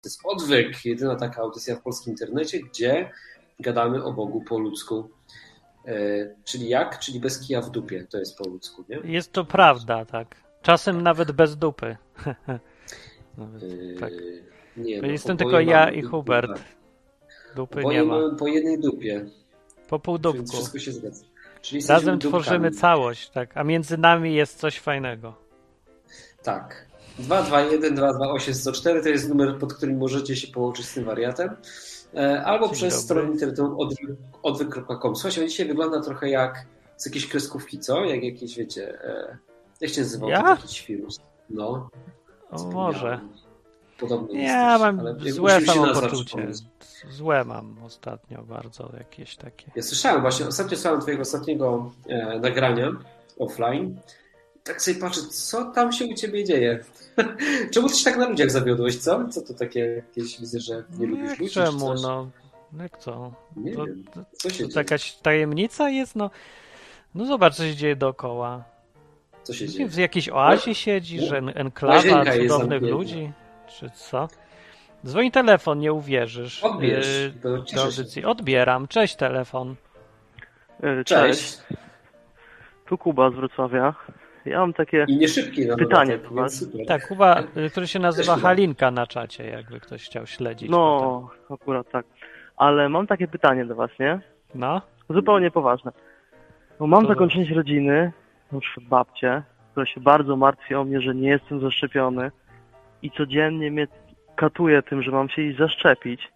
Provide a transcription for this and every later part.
jest Odwyk, jedyna taka audycja w polskim internecie, gdzie gadamy o Bogu po ludzku. Czyli jak? Czyli bez kija w dupie, to jest po ludzku, nie? Jest to prawda, tak. Czasem nawet bez dupy. Nawet, tak. Nie, Jestem tylko ja i Hubert. Dupy nie ma. Mamy po jednej dupie. Po półdupku. Więc wszystko się zgadza. Czyli razem tworzymy całość, tak. A między nami jest coś fajnego. Tak. 221 228 104 to jest numer, pod którym możecie się połączyć z tym wariatem. Albo przez stronę internetową odwyk.com. Słuchajcie, dzisiaj wygląda trochę jak z jakiejś kreskówki, co? Jak jakieś, wiecie, jak się nazywał jakiś wirus? No. Może. Podobno ja mam złe samopoczucie. Złe mam ostatnio bardzo jakieś takie. Ja słyszałem właśnie, ostatnio słuchałem twojego ostatniego nagrania offline. Tak sobie patrzę, co tam się u ciebie dzieje? Czemu ty się tak na ludziach zawiodłeś, co? Co to takie jakieś, widzę, że nie lubisz ludzi? Czemu, no? Jak co? Nie wiem. Co się dzieje? Jakaś tajemnica jest? No zobacz, co się dzieje dookoła. Co się dzieje? W jakiejś oazie siedzisz, enklawa cudownych ludzi? Czy co? Dzwoni telefon, nie uwierzysz. Odbierz. Do audycji. Odbieram. Cześć, telefon. Cześć. Tu Kuba z Wrocławia. Ja mam takie pytanie do was. Tak, Kuba, który się nazywa Halinka na czacie, jakby ktoś chciał śledzić. No, potem. Akurat tak. Ale mam takie pytanie do was, nie? No? Zupełnie poważne. Bo mam taką część rodziny, na przykład babcię, która się bardzo martwi o mnie, że nie jestem zaszczepiony i codziennie mnie katuje tym, że mam się iść zaszczepić.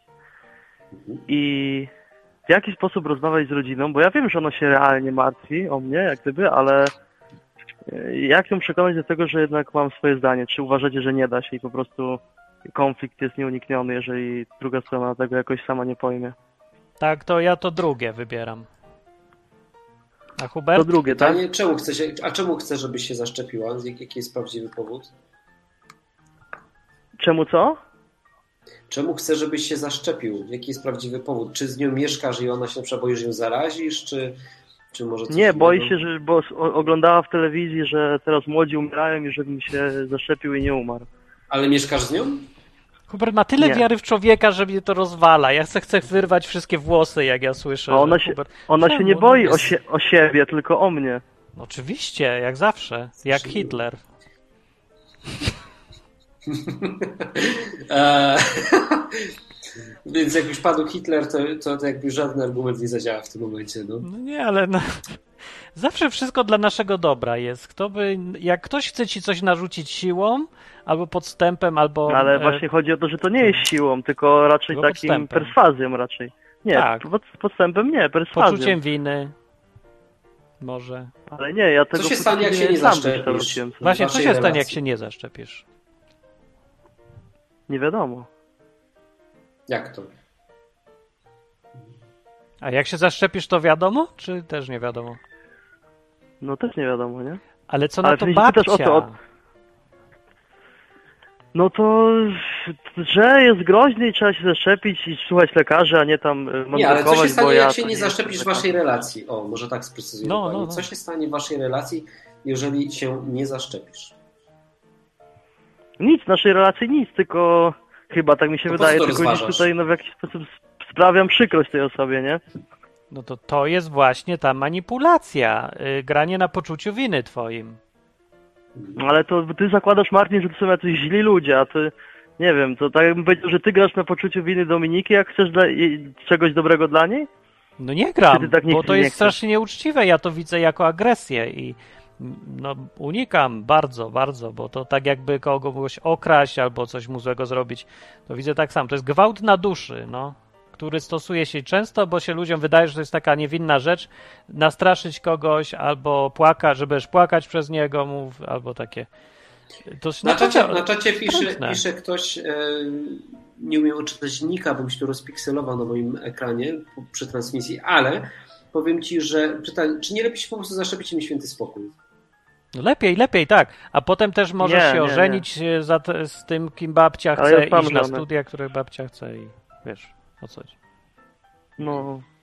I w jaki sposób rozmawiać z rodziną, bo ja wiem, że ona się realnie martwi o mnie, jak gdyby, ale jak ją przekonać do tego, że jednak mam swoje zdanie? Czy uważacie, że nie da się i po prostu konflikt jest nieunikniony, jeżeli druga strona tego jakoś sama nie pojmie? Tak, to ja to drugie wybieram. A Hubert? To drugie, tak? Czemu chcesz, żebyś się zaszczepiła? Jaki jest prawdziwy powód? Czemu co? Czemu chcesz, żebyś się zaszczepił? Jaki jest prawdziwy powód? Czy z nią mieszkasz i ona się na przykład boi, że ją zarazisz, czy może coś nie, innego? boi się, bo oglądała w telewizji, że teraz młodzi umierają i żebym się zaszczepił i nie umarł. Ale mieszkasz z nią? Hubert ma tyle wiary w człowieka, że mnie to rozwala. Ja chcę wyrwać wszystkie włosy, jak ja słyszę. A ona się nie boi o siebie, tylko o mnie. No, oczywiście, jak zawsze. Jak Hitler. Więc jak już padł Hitler, to jakby żaden argument nie zadziała w tym momencie. No nie, ale zawsze wszystko dla naszego dobra jest. Jak ktoś chce ci coś narzucić siłą, albo podstępem, albo... Ale właśnie chodzi o to, że to nie jest siłą, tylko raczej takim podstępem. Perswazją raczej. Nie, tak. Podstępem nie, perswazją. Poczuciem winy. Może. Ale nie, ja tego... Co się stanie, jak się nie zaszczepisz? Właśnie, co się stanie, jak się nie zaszczepisz? Nie wiadomo. Jak to? A jak się zaszczepisz, to wiadomo? Czy też nie wiadomo? No też nie wiadomo, nie? Ale co na to babcia? No to, że jest groźny i trzeba się zaszczepić i słuchać lekarzy, a nie tam mądrować. Nie, ale co się stanie, jak się nie zaszczepisz w waszej relacji? O, może tak sprecyzuję. No. Co się stanie w waszej relacji, jeżeli się nie zaszczepisz? Nic, w naszej relacji nic, tylko chyba tak mi się wydaje, tylko gdzieś tutaj w jakiś sposób sprawiam przykrość tej osobie, nie? No to jest właśnie ta manipulacja, granie na poczuciu winy twoim. Ale to ty zakładasz, Martin, że to są jacyś źli ludzie, a ty, nie wiem, to tak jakbym powiedział, że ty grasz na poczuciu winy Dominiki, jak chcesz czegoś dobrego dla niej? No nie gram, tak bo to jest strasznie nieuczciwe, ja to widzę jako agresję i unikam bardzo, bardzo, bo to tak jakby kogoś okraść albo coś mu złego zrobić, to widzę tak samo. To jest gwałt na duszy, który stosuje się często, bo się ludziom wydaje, że to jest taka niewinna rzecz, nastraszyć kogoś albo żebyś płakać przez niego, albo takie. To na czacie pisze ktoś, nie umiem odczytać nika, bym się tu rozpikselował na moim ekranie przy transmisji, ale powiem ci, że pytanie, czy nie lepiej się po prostu zaszczepić im święty spokój? No lepiej, tak. A potem też możesz się ożenić z tym, kim babcia chce, iść na studia, które babcia chce i wiesz, o coś. No,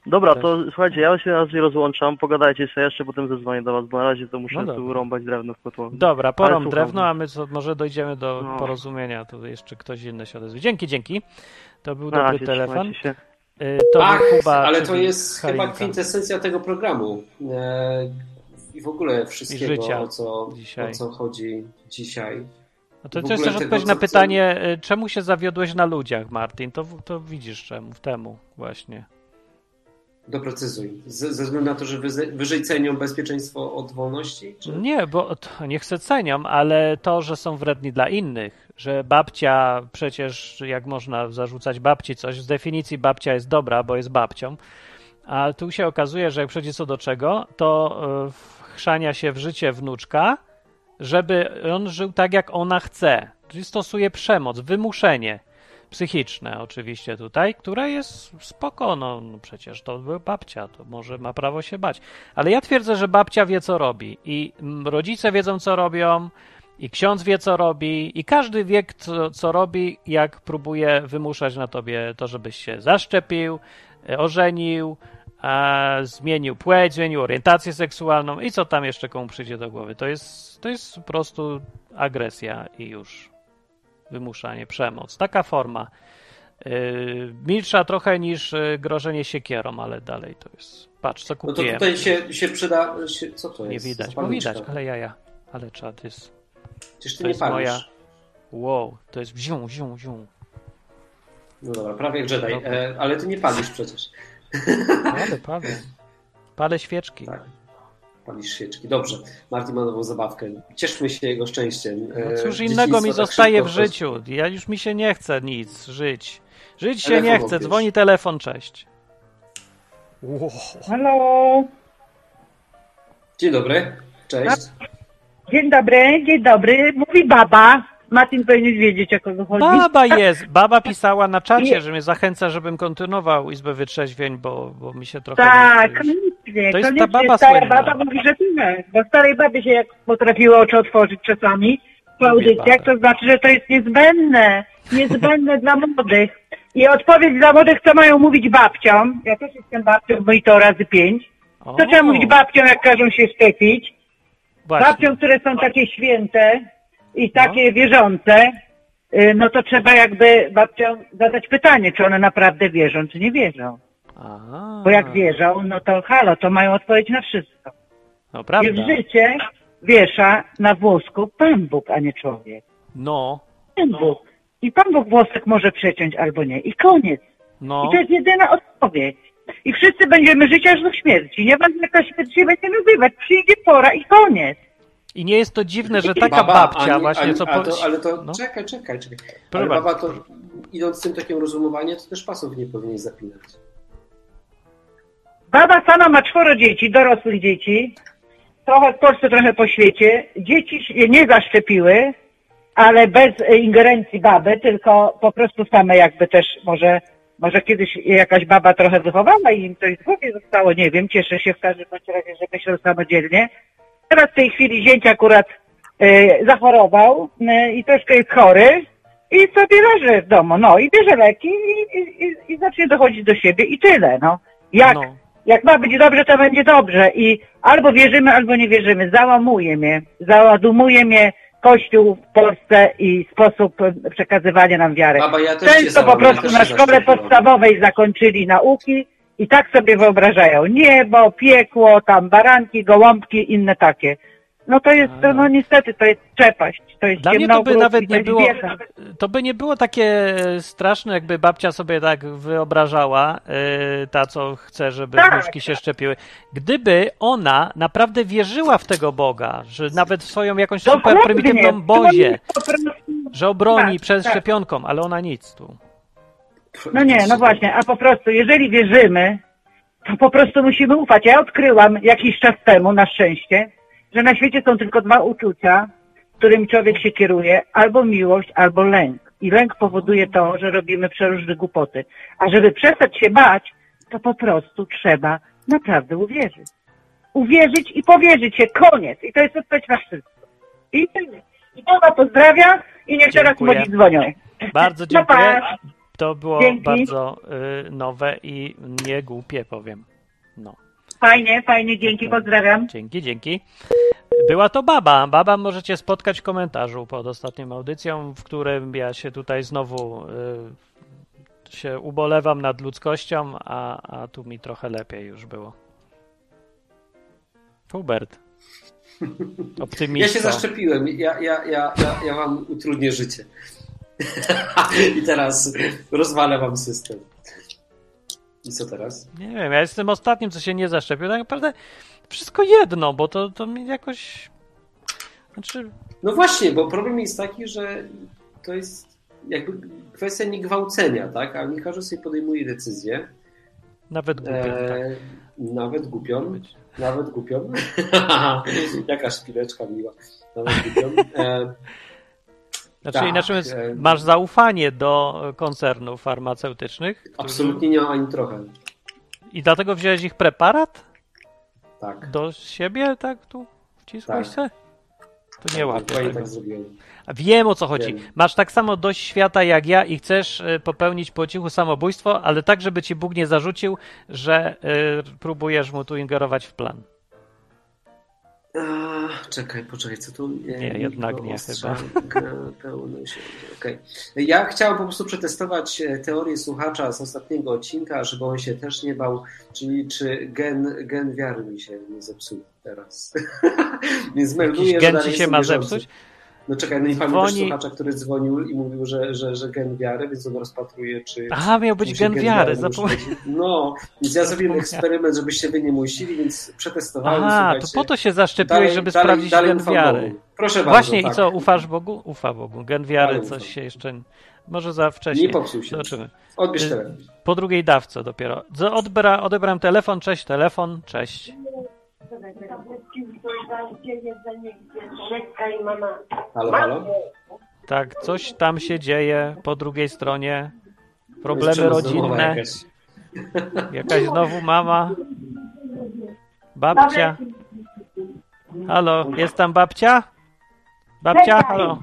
Dobra, to słuchajcie, ja się na razie rozłączam, pogadajcie sobie jeszcze, potem zadzwonię do was, bo na razie to muszę tu rąbać drewno w kotłowni. Dobra, porąb drewno, a my może dojdziemy do porozumienia, to jeszcze ktoś inny się odezwie. Dzięki. To był dobry telefon. Kuba, ale to jest chyba kwintesencja tego programu i w ogóle wszystkiego, o co chodzi dzisiaj. No to jest też odpowiedź na pytanie, czemu się zawiodłeś na ludziach, Martin? To widzisz czemu, temu właśnie. Doprecyzuj. Ze względu na to, że wyżej cenią bezpieczeństwo od wolności? Czy? Nie, bo to nie chcę cenią, ale to, że są wredni dla innych, że babcia, przecież jak można zarzucać babci coś, z definicji babcia jest dobra, bo jest babcią, a tu się okazuje, że jak przyjdzie co do czego, to chrzania się w życie wnuczka, żeby on żył tak, jak ona chce. Czyli stosuje przemoc, wymuszenie psychiczne oczywiście tutaj, które jest spoko, no przecież to była babcia, to może ma prawo się bać. Ale ja twierdzę, że babcia wie, co robi i rodzice wiedzą, co robią i ksiądz wie, co robi i każdy wie, co robi, jak próbuje wymuszać na tobie to, żebyś się zaszczepił, ożenił, zmienił płeć, zmienił orientację seksualną i co tam jeszcze komu przyjdzie do głowy. To jest po prostu agresja i już. Wymuszanie, przemoc. Taka forma. Milsza trochę niż grożenie siekierą, ale dalej to jest. Patrz, co kupiłem. No to tutaj się przyda... Co to jest? Nie widać, bo widać, ale jaja. Ale czad jest... Przecież ty nie palisz. Moja... Wow, to jest wziął. No dobra, prawie jak Jedi, ale ty nie palisz przecież. Ale palę świeczki. Tak. Palisz świeczki. Dobrze. Martin ma nową zabawkę. Cieszmy się jego szczęściem. No cóż innego mi zostaje w życiu. Już mi się nie chce nic żyć. Żyć się nie chce. Dzwoni telefon, cześć. Wow. Halo. Dzień dobry. Cześć. Dzień dobry. Mówi baba. Martin powinien wiedzieć, o kogo chodzi. Baba jest. Baba pisała na czacie, że mnie zachęca, żebym kontynuował Izbę Wytrzeźwień, bo mi się trochę... Tak, koniecznie. To jest ta baba stara słynna. Baba mówi, że tyle. Bo starej babie się jak potrafiło oczy otworzyć czasami w audycjach, to znaczy, że to jest niezbędne dla młodych. I odpowiedź dla młodych, co mają mówić babciom. Ja też jestem babcią, bo i to razy 5. Co trzeba mówić babciom, jak każą się szczepić? Właśnie. Babciom, które są takie święte i takie wierzące, no to trzeba jakby babciom zadać pytanie, czy one naprawdę wierzą, czy nie wierzą. Bo jak wierzą, no to halo, to mają odpowiedź na wszystko. No prawda. I w życie wiesza na włosku Pan Bóg, a nie człowiek. No. Pan Bóg. I Pan Bóg włosek może przeciąć albo nie. I koniec. No. I to jest jedyna odpowiedź. I wszyscy będziemy żyć aż do śmierci. Nieważne jaka śmierć się będzie nazywać. Przyjdzie pora i koniec. I nie jest to dziwne, że taka babcia właśnie co... Ale to no. Czekaj. Ale baba to, idąc tym takim rozumowaniem, to też pasów nie powinien zapinać. Baba sama ma 4 dzieci, dorosłych dzieci. Trochę w Polsce, trochę po świecie. Dzieci się nie zaszczepiły, ale bez ingerencji baby, tylko po prostu same jakby też może kiedyś jakaś baba trochę wychowała i im coś w głowie zostało, nie wiem, cieszę się w każdym razie, że myślą samodzielnie. Teraz w tej chwili zięć akurat zachorował i troszkę jest chory i sobie leży w domu, no i bierze leki i zacznie dochodzić do siebie i tyle, no. Jak ma być dobrze, to będzie dobrze i albo wierzymy, albo nie wierzymy. Załadumuje mnie Kościół w Polsce i sposób przekazywania nam wiary. Często po prostu na szkole podstawowej zakończyli nauki i tak sobie wyobrażają niebo, piekło, tam baranki, gołąbki, inne takie. No to jest, no niestety, to jest przepaść. To jest dla mnie to by nawet nie było, to by nie było takie straszne, jakby babcia sobie tak wyobrażała, ta co chce, żeby wnuczki się szczepiły. Gdyby ona naprawdę wierzyła w tego Boga, że nawet w swoją jakąś super prymitywną bozię, że obroni przed szczepionką, ale ona nic tu. No nie, no właśnie, a po prostu, jeżeli wierzymy, to po prostu musimy ufać. Ja odkryłam jakiś czas temu, na szczęście, że na świecie są tylko 2 uczucia, którym człowiek się kieruje, albo miłość, albo lęk. I lęk powoduje to, że robimy przeróżne głupoty. A żeby przestać się bać, to po prostu trzeba naprawdę uwierzyć. Uwierzyć i powierzyć się. Koniec. I to jest odpowiedź na wszystko. I tyle. I Boga pozdrawia i niech teraz młodzi dzwonią. Bardzo dziękuję. to było bardzo nowe i nie głupie, powiem. No. Fajnie, dzięki, pozdrawiam. Dzięki. Była to Baba. Baba możecie spotkać w komentarzu pod ostatnią audycją, w którym ja się tutaj znowu się ubolewam nad ludzkością, a tu mi trochę lepiej już było. Hubert. Optymista. Ja się zaszczepiłem. Ja wam utrudnię życie. I teraz rozwalę wam system. I co teraz? Nie wiem, ja jestem ostatnim, co się nie zaszczepił. Tak naprawdę wszystko jedno, bo to mi jakoś... Znaczy... No właśnie, bo problem jest taki, że to jest jakby kwestia niegwałcenia, tak? A nie każdy sobie podejmuje decyzję. Nawet głupią, tak. Nawet głupią. Jaka szpileczka miła. Nawet głupią. Znaczy, inaczej mówiąc, masz zaufanie do koncernów farmaceutycznych? Absolutnie nie, ani trochę. I dlatego wziąłeś ich preparat? Tak. Do siebie, tak? Tu wcisłeś się? To nie łapię tego. Tak zrobiłem. Wiem, o co chodzi. Masz tak samo dość świata jak ja i chcesz popełnić po cichu samobójstwo, ale tak, żeby ci Bóg nie zarzucił, że próbujesz mu tu ingerować w plan. Poczekaj, co tu? Nie, jednak nie chyba. Okay. Ja chciałem po prostu przetestować teorię słuchacza z ostatniego odcinka, żeby on się też nie bał, czyli czy gen wiary mi się nie zepsuł teraz. Więc melduję, gen ci się ma zepsuć? No czekaj, no i pamiętasz słuchacza, który dzwonił i mówił, że gen wiary, więc on rozpatruje, czy... Aha, miał być gen wiary, No, więc ja zrobiłem eksperyment, żebyście wy nie musili, więc przetestowałem. Aha, to po to się zaszczepiłeś, żeby sprawdzić gen wiary. Bogu. Proszę bardzo. Właśnie, tak. I co, ufasz Bogu? Ufa Bogu. Gen wiary coś się jeszcze... Może za wcześnie. Nie popsuł się. Zobaczymy. Odbierz telefon. Po drugiej dawce dopiero. Odebrałem telefon, cześć. Halo? Tak, coś tam się dzieje po drugiej stronie. Problemy rodzinne. Jakaś znowu mama. Babcia. Halo, jest tam babcia? Babcia, halo.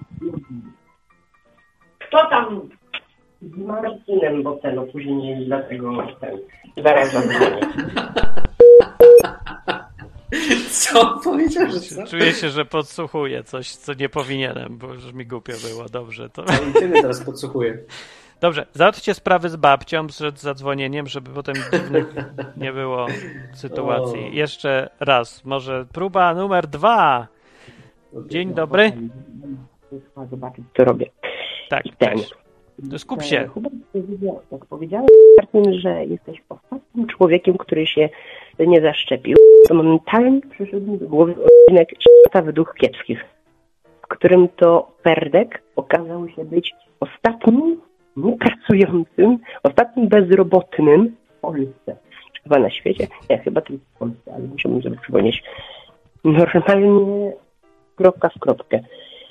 Kto tam z Marcinem, bo później dlatego zaraz zadzwonię. Co? Powiedział, że co? Czuję się, że podsłuchuję coś, co nie powinienem, bo już mi głupio było. Dobrze, to... I ty mnie teraz podsłuchuję. Dobrze, załatwcie sprawy z babcią przed zadzwonieniem, żeby potem dziwnych nie było sytuacji. Jeszcze raz, może próba numer 2. Dzień dobry. Zobaczyć, co robię. Tak, cześć. Skup się. Jak powiedziałem, że jesteś ostatnim człowiekiem, który się nie zaszczepił, to momentalnie przyszedł mi do głowy odcinek Świata według kiepskich, w którym to Perdek okazał się być ostatnim niepracującym, ostatnim bezrobotnym w Polsce. Czy chyba na świecie? Nie, chyba tylko w Polsce, ale musiałbym sobie przypomnieć. Normalnie kropka w kropkę.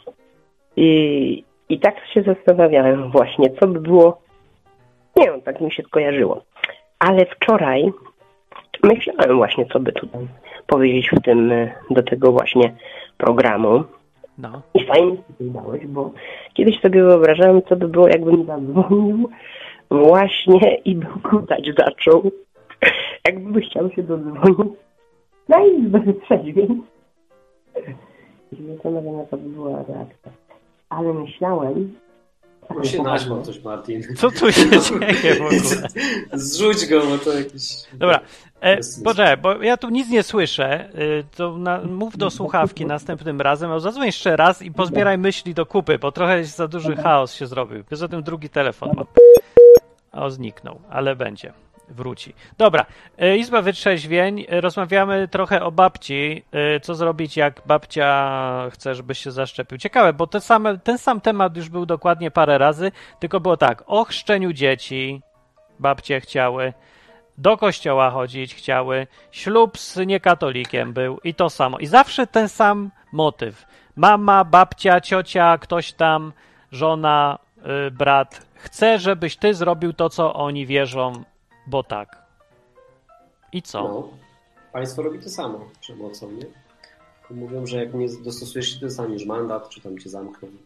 I tak się zastanawiałem właśnie, co by było... Nie wiem, tak mi się skojarzyło. Ale wczoraj myślałem właśnie, co by tutaj powiedzieć w tym, do tego właśnie programu. No. I fajnie się dałeś, bo kiedyś sobie wyobrażałem, co by było, jakbym zadzwonił właśnie i bełkotać zaczął. Jakby chciał się dodzwonić na izbę wytrzeźwień. I zastanawiam, jaka by była reakcja. Ale myślałem... No się naśmiał coś, Martin. Co tu się dzieje w ogóle? Zrzuć go, bo to jakiś... Dobra, poczekaj, bo ja tu nic nie słyszę. To mów do słuchawki następnym razem, a zadzwoń jeszcze raz i pozbieraj myśli do kupy, bo trochę za duży chaos się zrobił. Poza tym drugi telefon mam. O, zniknął, ale będzie. Wróci. Dobra, Izba Wytrzeźwień. Rozmawiamy trochę o babci. Co zrobić, jak babcia chce, żebyś się zaszczepił. Ciekawe, bo ten sam temat już był dokładnie parę razy, tylko było tak, o chrzczeniu dzieci babcie chciały, do kościoła chodzić chciały, ślub z niekatolikiem był i to samo. I zawsze ten sam motyw. Mama, babcia, ciocia, ktoś tam, żona, brat. Chce, żebyś ty zrobił to, co oni wierzą, bo tak. I co? No, państwo robi to samo przemocą, nie? Mówią, że jak nie dostosujesz się, to dostaniesz mandat, czy tam cię zamkną.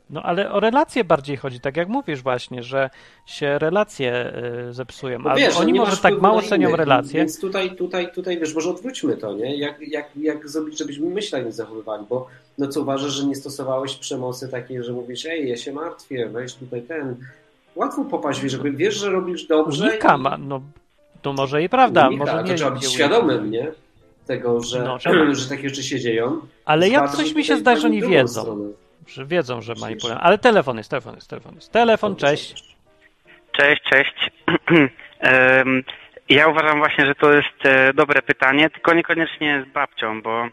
No ale o relacje bardziej chodzi, tak jak mówisz właśnie, że się relacje zepsują. No wiesz, oni może tak mało cenią relacje. Więc tutaj wiesz, może odwróćmy to, nie? Jak zrobić, żebyśmy my się tak nie zachowywali, bo no co uważasz, że nie stosowałeś przemocy takiej, że mówisz, ja się martwię, weź tutaj łatwo popaść, wiesz, że robisz dobrze. Unikam, no to może i prawda. Może nie, to trzeba być świadomym, nie? Tego, że takie rzeczy się dzieją. Ale jak coś mi się zdaje, że oni wiedzą. Że wiedzą, że manipulują. Ale telefon jest. Telefon, cześć. Cześć. Ja uważam właśnie, że to jest dobre pytanie, tylko niekoniecznie z babcią, bo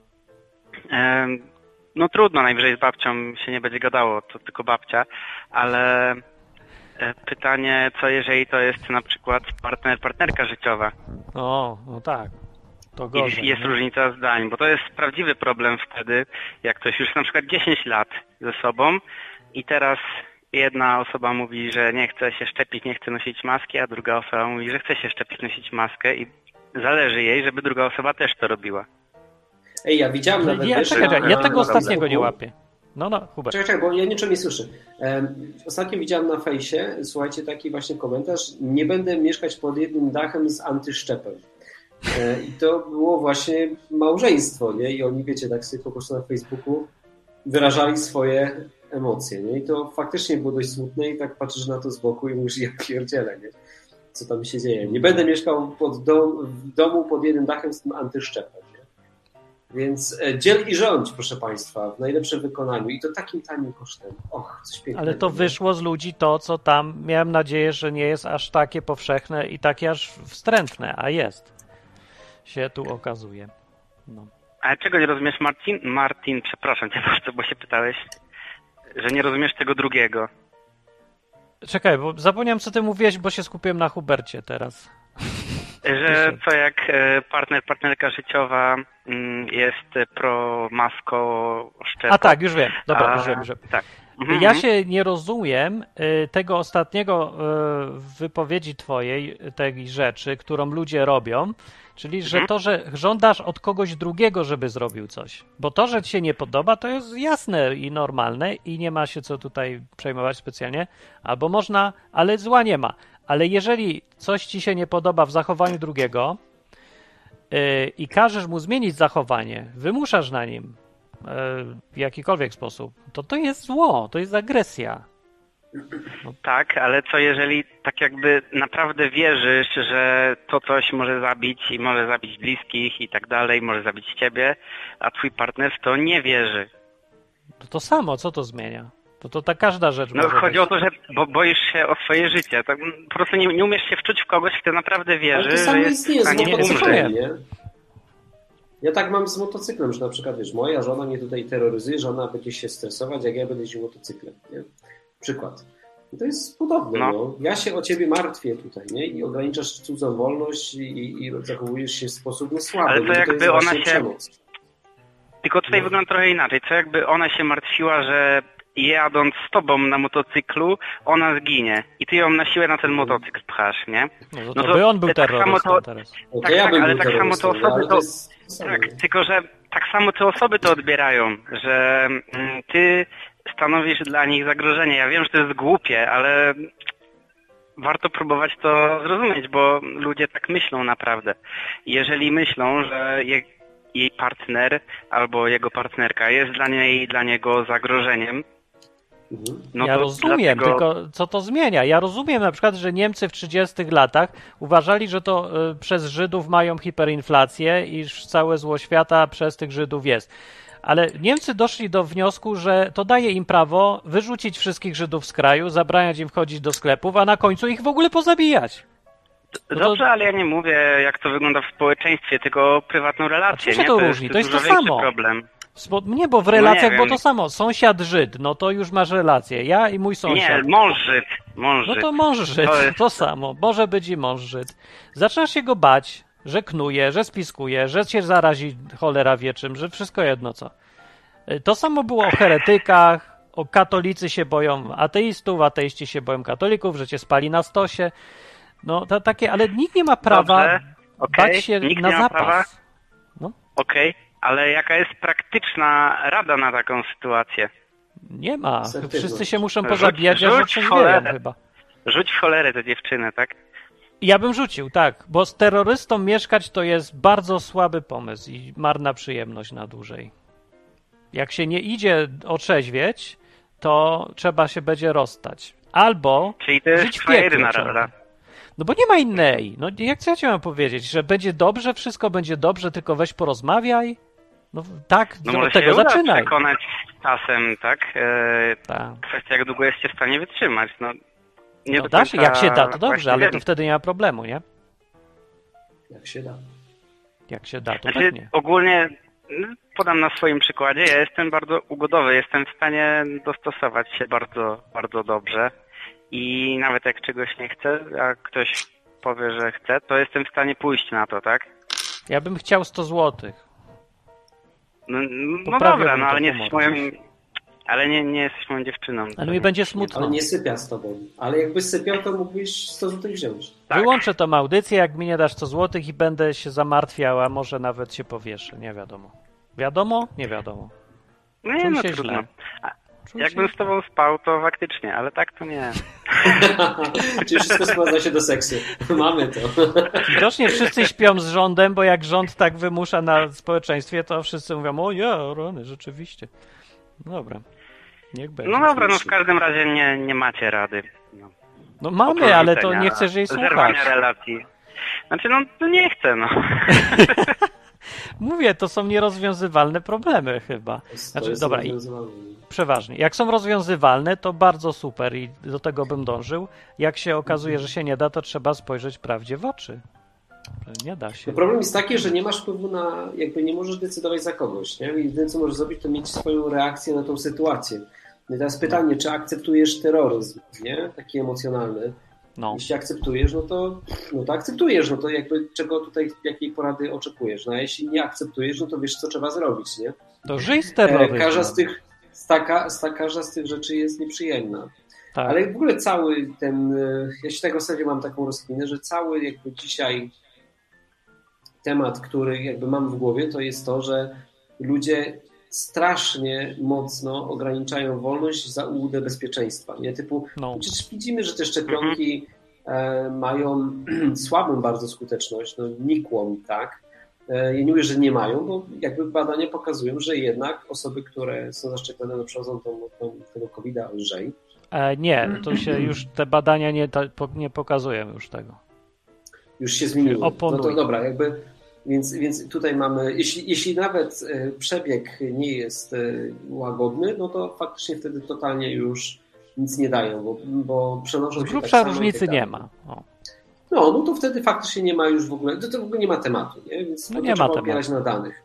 no trudno, najwyżej z babcią się nie będzie gadało, to tylko babcia, ale pytanie, co jeżeli to jest na przykład partnerka życiowa? O, no tak. To gorzej, jest różnica zdań, bo to jest prawdziwy problem wtedy, jak ktoś już na przykład 10 lat ze sobą i teraz jedna osoba mówi, że nie chce się szczepić, nie chce nosić maski, a druga osoba mówi, że chce się szczepić, nosić maskę i zależy jej, żeby druga osoba też to robiła. Ej, ja widziałem nawet... Ja tego ostatniego nie łapię. No, Hubert. Czekaj, bo ja niczego nie słyszę. Ostatnio widziałem na fejsie, słuchajcie, taki właśnie komentarz, nie będę mieszkać pod jednym dachem z antyszczepem. I to było właśnie małżeństwo, nie? I oni, wiecie, tak sobie po prostu na Facebooku wyrażali swoje emocje, nie? I to faktycznie było dość smutne i tak patrzysz na to z boku i mówisz, ja pierdzielę, nie? Co tam się dzieje? Nie będę mieszkał w domu pod jednym dachem z tym antyszczepem, nie? Więc dziel i rządź, proszę Państwa, w najlepszym wykonaniu i to takim tanim kosztem. Och, coś pięknego. Ale to wyszło z ludzi to, co tam, miałem nadzieję, że nie jest aż takie powszechne i takie aż wstrętne, a jest. Się tu okazuje. No. Ale czego nie rozumiesz, Martin, przepraszam cię bardzo, bo się pytałeś, że nie rozumiesz tego drugiego. Czekaj, bo zapomniałem, co ty mówiłeś, bo się skupiłem na Hubercie teraz. Że co jak partnerka życiowa jest pro-masko szczepą. A tak, już wiem. Dobra, już wiem. Tak. Ja się nie rozumiem tego ostatniego wypowiedzi twojej, tej rzeczy, którą ludzie robią, czyli że to, że żądasz od kogoś drugiego, żeby zrobił coś. Bo to, że ci się nie podoba, to jest jasne i normalne i nie ma się co tutaj przejmować specjalnie. Albo można, ale zła nie ma. Ale jeżeli coś ci się nie podoba w zachowaniu drugiego i każesz mu zmienić zachowanie, wymuszasz na nim w jakikolwiek sposób, to jest zło, to jest agresja. No tak, ale co jeżeli tak jakby naprawdę wierzysz, że to coś może zabić i może zabić bliskich i tak dalej, może zabić ciebie, a twój partner w to nie wierzy? To samo, co to zmienia? To ta każda rzecz. No chodzi o to, że boisz się o swoje życie. Tak, po prostu nie umiesz się wczuć w kogoś, kto naprawdę wierzy, ale to że jest w stanie umrzeć. Ja tak mam z motocyklem, że na przykład, wiesz, moja żona mnie tutaj terroryzuje, że ona będzie się stresować, jak ja będę jeździł motocyklem, nie? Przykład. I to jest podobne, no. Ja się o ciebie martwię tutaj, nie? I ograniczasz cudzą wolność i zachowujesz się w sposób słaby. Ale to jakby ona się... Przemoc. Tylko tutaj wygląda trochę inaczej. Co jakby ona się martwiła, że jadąc z tobą na motocyklu, ona zginie. I ty ją na siłę na ten motocykl pchasz, nie? No to by on był terrorystą teraz. Tak, ale tak samo te osoby to... Tak, tylko że tak samo te osoby to odbierają, że ty stanowisz dla nich zagrożenie. Ja wiem, że to jest głupie, ale warto próbować to zrozumieć, bo ludzie tak myślą naprawdę. Jeżeli myślą, że jej partner albo jego partnerka jest dla niego zagrożeniem, no ja rozumiem, tylko co to zmienia? Ja rozumiem na przykład, że Niemcy w 30 latach uważali, że to przez Żydów mają hiperinflację i całe zło świata przez tych Żydów jest. Ale Niemcy doszli do wniosku, że to daje im prawo wyrzucić wszystkich Żydów z kraju, zabraniać im wchodzić do sklepów, a na końcu ich w ogóle pozabijać. Dobrze, ale ja nie mówię, jak to wygląda w społeczeństwie, tylko prywatną relację. A czym się to różni? To jest to samo. Problem. Nie, bo w relacjach było to samo. Sąsiad Żyd, no to już masz relację. Ja i mój sąsiad. Nie, mąż Żyd. No to mąż Żyd, to samo. Może być i mąż Żyd. Zaczynasz się go bać, że knuje, że spiskuje, że cię zarazi cholera wie czym, że wszystko jedno co. To samo było o heretykach, o katolicy się boją ateistów, ateiści się boją katolików, że cię spali na stosie. No to takie, ale nikt nie ma prawa bać się nikt na zapas. No. Okej. Ale jaka jest praktyczna rada na taką sytuację? Nie ma. Wszyscy się muszą pozabijać, a rzuć chyba. Rzuć w cholerę tę dziewczynę, tak? Ja bym rzucił, tak, bo z terrorystą mieszkać to jest bardzo słaby pomysł i marna przyjemność na dłużej. Jak się nie idzie otrzeźwieć, to trzeba się będzie rozstać. Albo czyli to jest twoja jedyna rada. No bo nie ma innej. No jak ja ci mam powiedzieć, że będzie dobrze, wszystko będzie dobrze, tylko weź porozmawiaj. No tak, no od tego zaczynaj. Przekonać z czasem, tak? Kwestia, jak długo jesteście w stanie wytrzymać. No, nie no da się, jak się da, to dobrze, ale to wtedy nie ma problemu, nie? Jak się da. Jak się da, to znaczy, pewnie. Ogólnie podam na swoim przykładzie, ja jestem bardzo ugodowy, jestem w stanie dostosować się bardzo, bardzo dobrze i nawet jak czegoś nie chcę, a ktoś powie, że chce, to jestem w stanie pójść na to, tak? Ja bym chciał 100 złotych. No dobra, no ale nie jesteś moją... Ale nie jesteś moją dziewczyną. Ale mi będzie smutno. Ale nie sypia z tobą. Ale jakbyś sypiał, to mógłbyś 100 złotych wziąć. Tak. Wyłączę tą audycję, jak mi nie dasz 100 złotych i będę się zamartwiał, a może nawet się powieszę. Nie wiadomo. Wiadomo? Nie wiadomo. Nie, no trudno. Jakbym z tobą spał, to faktycznie, ale tak to nie. Czyli wszystko sprowadza się do seksu. Mamy to. Widocznie wszyscy śpią z rządem, bo jak rząd tak wymusza na społeczeństwie, to wszyscy mówią, o ja, rany, rzeczywiście. Dobra. Niech będzie. No dobra, no w każdym razie nie macie rady. No mamy, ale to nie chcesz jej słuchać. Zerwania relacji. Znaczy, no to nie chcę, no. Mówię, to są nierozwiązywalne problemy chyba. Znaczy, dobra, przeważnie. Jak są rozwiązywalne, to bardzo super i do tego bym dążył. Jak się okazuje, że się nie da, to trzeba spojrzeć prawdzie w oczy. Nie da się. No problem jest taki, że nie masz wpływu na, jakby nie możesz decydować za kogoś, nie? I jedyne co możesz zrobić, to mieć swoją reakcję na tą sytuację. I teraz pytanie, czy akceptujesz terroryzm, nie? Taki emocjonalny. No. Jeśli akceptujesz, no to akceptujesz, no to jakby czego tutaj, jakiej porady oczekujesz. No a jeśli nie akceptujesz, no to wiesz, co trzeba zrobić, nie? To żyj z terroryzmem. Każda z tych rzeczy jest nieprzyjemna. Tak. Ale w ogóle cały ten, ja się tego sobie mam taką rozkminę, że cały jakby dzisiaj temat, który jakby mam w głowie, to jest to, że ludzie strasznie mocno ograniczają wolność za ułudę bezpieczeństwa. Nie? Typu, przecież widzimy, że te szczepionki mają słabą bardzo skuteczność, nikłą, tak? Ja nie mówię, że nie mają, bo jakby badania pokazują, że jednak osoby, które są zaszczepione, przechodzą tego COVID-a lżej. Nie, to się już te badania nie pokazują już tego. Już się zmieniły. No to dobra, jakby więc tutaj mamy, jeśli nawet przebieg nie jest łagodny, no to faktycznie wtedy totalnie już nic nie dają, bo przenoszą się grubsza tak różnicy nie ma. No to wtedy faktycznie nie ma już w ogóle, to w ogóle nie ma tematu, nie? Więc nie trzeba opierać na danych.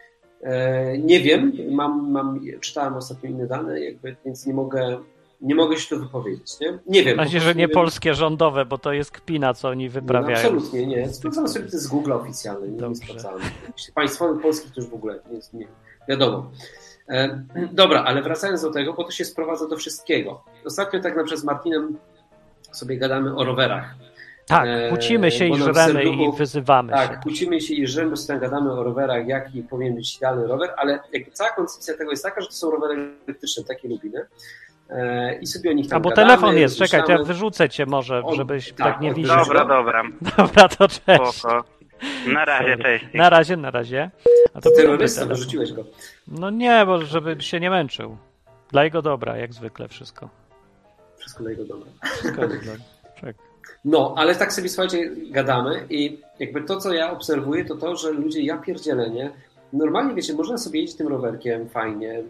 Nie wiem, czytałem ostatnio inne dane, więc nie mogę się tu wypowiedzieć, nie? Nie wiem. Mam nadzieję, że nie polskie rządowe, bo to jest kpina, co oni wyprawiają. No, absolutnie nie. Sprawdzam sobie to z Google oficjalne. Nie sprawdzałem. Państwowych polskich to już w ogóle nie wiadomo. Dobra, ale wracając do tego, bo to się sprowadza do wszystkiego. Ostatnio tak na przykład z Martinem sobie gadamy o rowerach. Tak, kłócimy się i żremy i wyzywamy się. Tak, kłócimy się i żremy, bo sobie gadamy o rowerach, jaki powinien być idealny rower, ale jakby cała koncepcja tego jest taka, że to są rowery elektryczne, takie lubimy. I sobie o nich tam gadamy. Telefon jest, czekaj, to ja wyrzucę cię może, żebyś tak nie widział. Dobra. Dobra, to cześć. Spoko. Na razie, cześć. Na razie. A to terrorysta, wyrzuciłeś go. No nie, bo żeby się nie męczył. Dla jego dobra, jak zwykle wszystko. Wszystko dla jego dobra. Wszystko dla jego dobra. No, ale tak sobie, słuchajcie, gadamy i jakby to, co ja obserwuję, to to, że ludzie, ja pierdzielę, nie? Normalnie, wiecie, można sobie jeździć tym rowerkiem fajnie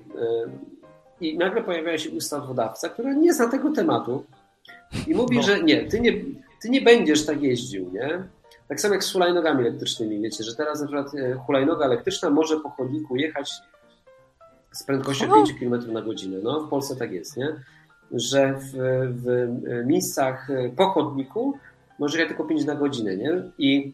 i nagle pojawia się ustawodawca, który nie zna tego tematu i mówi, że nie, ty nie będziesz tak jeździł, nie? Tak samo jak z hulajnogami elektrycznymi, wiecie, że teraz na przykład hulajnoga elektryczna może po chodniku jechać z prędkością 5 km na godzinę. No, w Polsce tak jest, nie? Że w miejscach po chodniku może jechać tylko 5 na godzinę, nie? I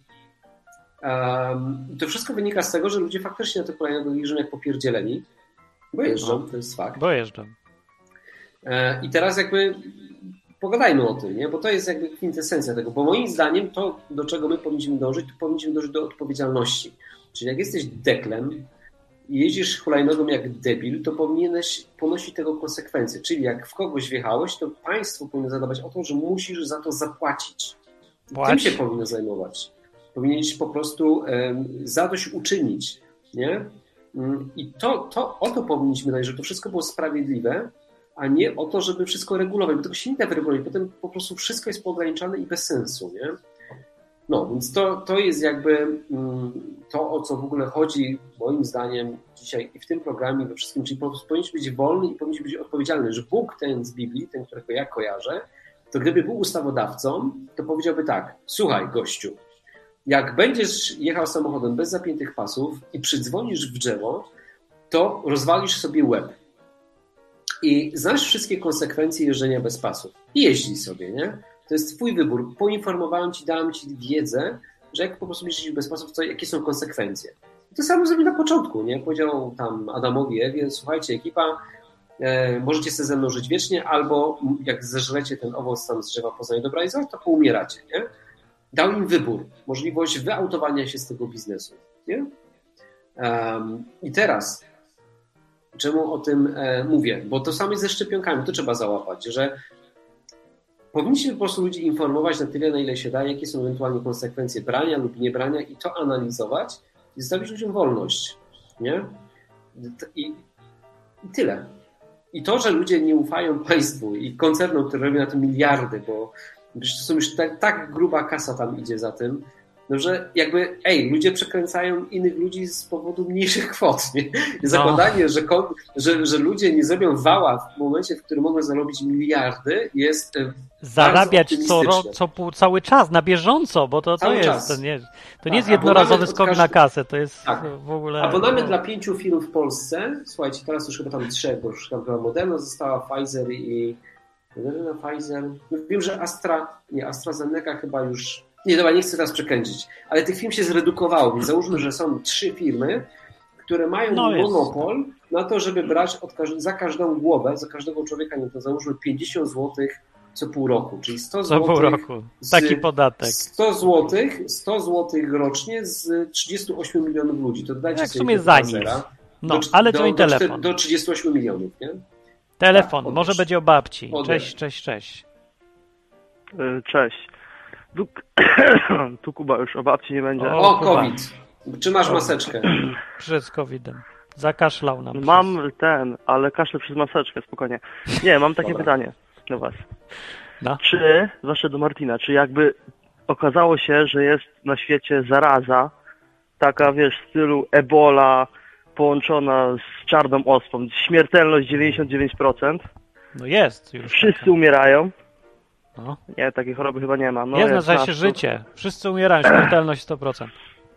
to wszystko wynika z tego, że ludzie faktycznie na te hulajnogi jeżdżą jak popierdzieleni, bo jeżdżą, to jest fakt. Bo jeżdżą. I teraz jakby pogadajmy o tym, nie? Bo to jest jakby kwintesencja tego, bo moim zdaniem to, do czego my powinniśmy dążyć, to powinniśmy dążyć do odpowiedzialności. Czyli jak jesteś deklem, jeździsz hulajnogą jak debil, to powinieneś ponosić tego konsekwencje. Czyli jak w kogoś wjechałeś, to państwo powinno zadawać o to, że musisz za to zapłacić. Tym się powinno zajmować. Powinieneś po prostu zadośćuczynić, nie? I o to powinniśmy dać, żeby to wszystko było sprawiedliwe, a nie o to, żeby wszystko regulować, bo tego się nie da wyregulować. Potem po prostu wszystko jest poograniczane i bez sensu, nie? No, więc to jest jakby to, o co w ogóle chodzi, moim zdaniem, dzisiaj i w tym programie, we wszystkim, czyli po prostu powinniśmy być wolny i powinniśmy być odpowiedzialny, że Bóg ten z Biblii, ten, którego ja kojarzę, to gdyby był ustawodawcą, to powiedziałby tak: słuchaj, gościu, jak będziesz jechał samochodem bez zapiętych pasów i przydzwonisz w drzewo, to rozwalisz sobie łeb. I znasz wszystkie konsekwencje jeżdżenia bez pasów. I jeździ sobie, nie? To jest twój wybór. Poinformowałem ci, dałem ci wiedzę, że jak po prostu jeździsz bez pasów, to jakie są konsekwencje. I to samo zrobił na początku, nie? Powiedział tam Adamowi, Ewie: słuchajcie, ekipa, możecie sobie ze mną żyć wiecznie, albo jak zeżrecie ten owoc tam z drzewa poznania dobra i zła, to poumieracie, nie? Dał im wybór, możliwość wyautowania się z tego biznesu, nie? I teraz, czemu o tym mówię? Bo to samo jest ze szczepionkami, to trzeba załapać, że powinniśmy po prostu ludzi informować na tyle, na ile się da, jakie są ewentualnie konsekwencje brania lub niebrania i to analizować i zostawić ludziom wolność, nie? I tyle. I to, że ludzie nie ufają państwu i koncernom, które robią na to miliardy, bo to są już tak gruba kasa tam idzie za tym, no że jakby, ludzie przekręcają innych ludzi z powodu mniejszych kwot, nie? Zakładanie, że ludzie nie zrobią wała w momencie, w którym mogą zarobić miliardy, jest zarabiać cały czas, na bieżąco, bo to jest, to nie jest jednorazowy skok na kasę, to jest w ogóle... Abonament dla 5 firm w Polsce, słuchajcie, teraz już chyba tam 3, bo już tam była Moderna, została Pfizer i... Pfizer, wiem, że AstraZeneca chyba już... Nie, dobra, nie chcę teraz przekręcić, ale tych firm się zredukowało, więc załóżmy, że są 3 firmy, które mają monopol na to, żeby brać za każdą głowę, za każdego człowieka, nie to załóżmy 50 zł co pół roku, czyli 100 zł. Co pół roku, taki podatek. 100 zł rocznie z 38 milionów ludzi. To dajcie jak w sumie za nic. No, ale dzwoni telefon. Do 38 milionów, nie? Telefon, tak, może będzie o babci. Cześć. Cześć. Tu Kuba, już o babci nie będzie. O, COVID. Czy masz maseczkę? Przed COVID-em. Zakaszlał nam. Mam ale kaszlę przez maseczkę, spokojnie. Nie, mam takie pytanie do was. No. Czy, zwłaszcza do Martina, czy jakby okazało się, że jest na świecie zaraza, taka, w stylu Ebola połączona z czarną ospą, śmiertelność 99%? No jest. Już wszyscy taka. Umierają. No. Nie, takiej choroby chyba nie ma. No, jest na się życie. Wszyscy umierają, śmiertelność 100%.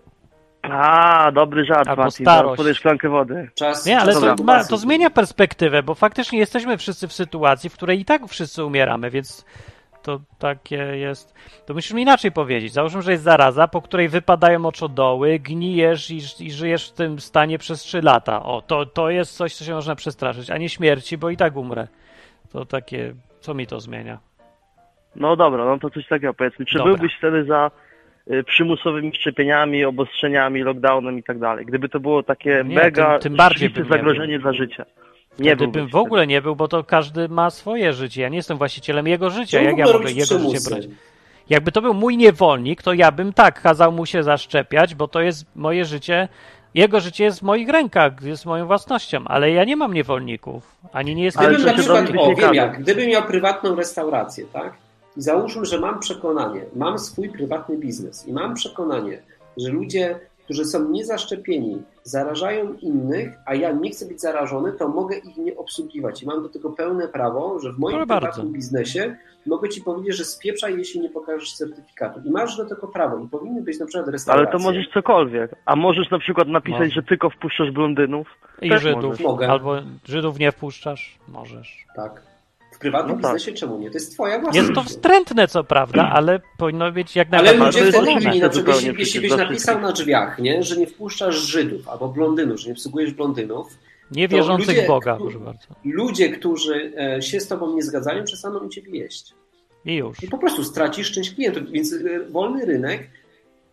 Dobry żart, Martin. Podaj szklankę wody. Ale to zmienia perspektywę, bo faktycznie jesteśmy wszyscy w sytuacji, w której i tak wszyscy umieramy, więc to takie jest... To musimy inaczej powiedzieć. Załóżmy, że jest zaraza, po której wypadają oczodoły, gnijesz i żyjesz w tym stanie przez 3 lata. To jest coś, co się można przestraszyć, a nie śmierci, bo i tak umrę. To takie... Co mi to zmienia? No dobra, no to coś takiego powiedzmy. Czy byłbyś wtedy za przymusowymi szczepieniami, obostrzeniami, lockdownem i tak dalej? Gdyby to było takie mega tym bardziej zagrożenie dla życia. Gdybym w ogóle nie był, bo to każdy ma swoje życie. Ja nie jestem właścicielem jego życia. Jak ja mogę jego życie brać? Jakby to był mój niewolnik, to ja bym kazał mu się zaszczepiać, bo to jest moje życie. Jego życie jest w moich rękach, jest moją własnością, ale ja nie mam niewolników. Ani nie jestem... Gdybym miał prywatną restaurację, tak? I załóżmy, że mam przekonanie, mam swój prywatny biznes i mam przekonanie, że ludzie, którzy są niezaszczepieni, zarażają innych, a ja nie chcę być zarażony, to mogę ich nie obsługiwać. I mam do tego pełne prawo, że w moim prywatnym biznesie mogę ci powiedzieć, że spieprzaj, jeśli nie pokażesz certyfikatu. I masz do tego prawo. I powinny być na przykład restauracje. Ale to możesz cokolwiek. A możesz na przykład napisać, że tylko wpuszczasz blondynów? I Żydów. Mogę. Albo Żydów nie wpuszczasz? Możesz. Tak. W prywatnym biznesie czemu nie? To jest twoja własność. Jest to wstrętne, co prawda, ale powinno być jak najbardziej. Ale ludzie wtedy inni, jeśli byś napisał na drzwiach, nie, że nie wpuszczasz Żydów albo blondynów, że nie obsługujesz blondynów, niewierzących Boga, proszę bardzo. Ludzie, którzy się z tobą nie zgadzają, przestaną ciebie jeść. I już. I po prostu stracisz część klientów. Więc wolny rynek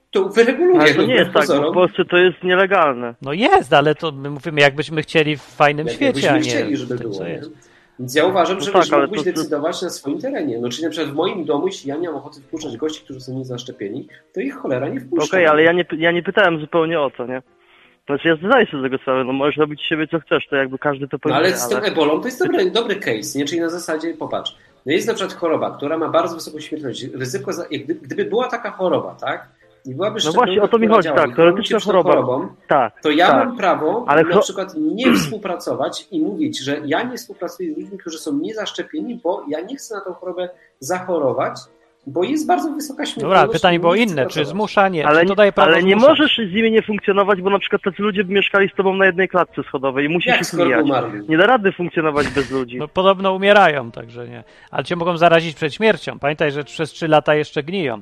to wyreguluje. Ale to nie jest tak, bo w Polsce to jest nielegalne. No jest, ale to my mówimy, jakbyśmy chcieli w fajnym świecie, a nie chcieli, żeby tym, było, co jest. Więc ja uważam, że mógłbyś to... decydować na swoim terenie. No, czyli na przykład w moim domu, jeśli ja nie mam ochoty wpuszczać gości, którzy są niezaszczepieni, to ich cholera nie wpuszczam. Okej, ale ja nie pytałem zupełnie o to, nie? Znaczy ja zdaję sobie z tego sprawę, no możesz robić siebie co chcesz, to jakby każdy to powinien. No ale z tym ebolą to jest dobry case, nie? Czyli na zasadzie, popatrz, no jest na przykład choroba, która ma bardzo wysoką śmiertelność. Ryzyko, gdyby była taka choroba, tak? I byłaby no właśnie, o to mi chodzi, tak, teoretyczna choroba. Tak, to ja mam prawo na przykład nie współpracować i mówić, że ja nie współpracuję z ludźmi, którzy są niezaszczepieni, bo ja nie chcę na tą chorobę zachorować, bo jest bardzo wysoka śmiertelność. Dobra, pytanie było inne, czy zmuszanie, ale, czy to daje prawo ale nie zmuszać? możesz z nimi nie funkcjonować, bo na przykład tacy ludzie by mieszkali z tobą na jednej klatce schodowej i musisz ich mijać. Nie da rady funkcjonować bez ludzi. No podobno umierają, także nie. Ale cię mogą zarazić przed śmiercią. Pamiętaj, że przez 3 lata jeszcze gniją.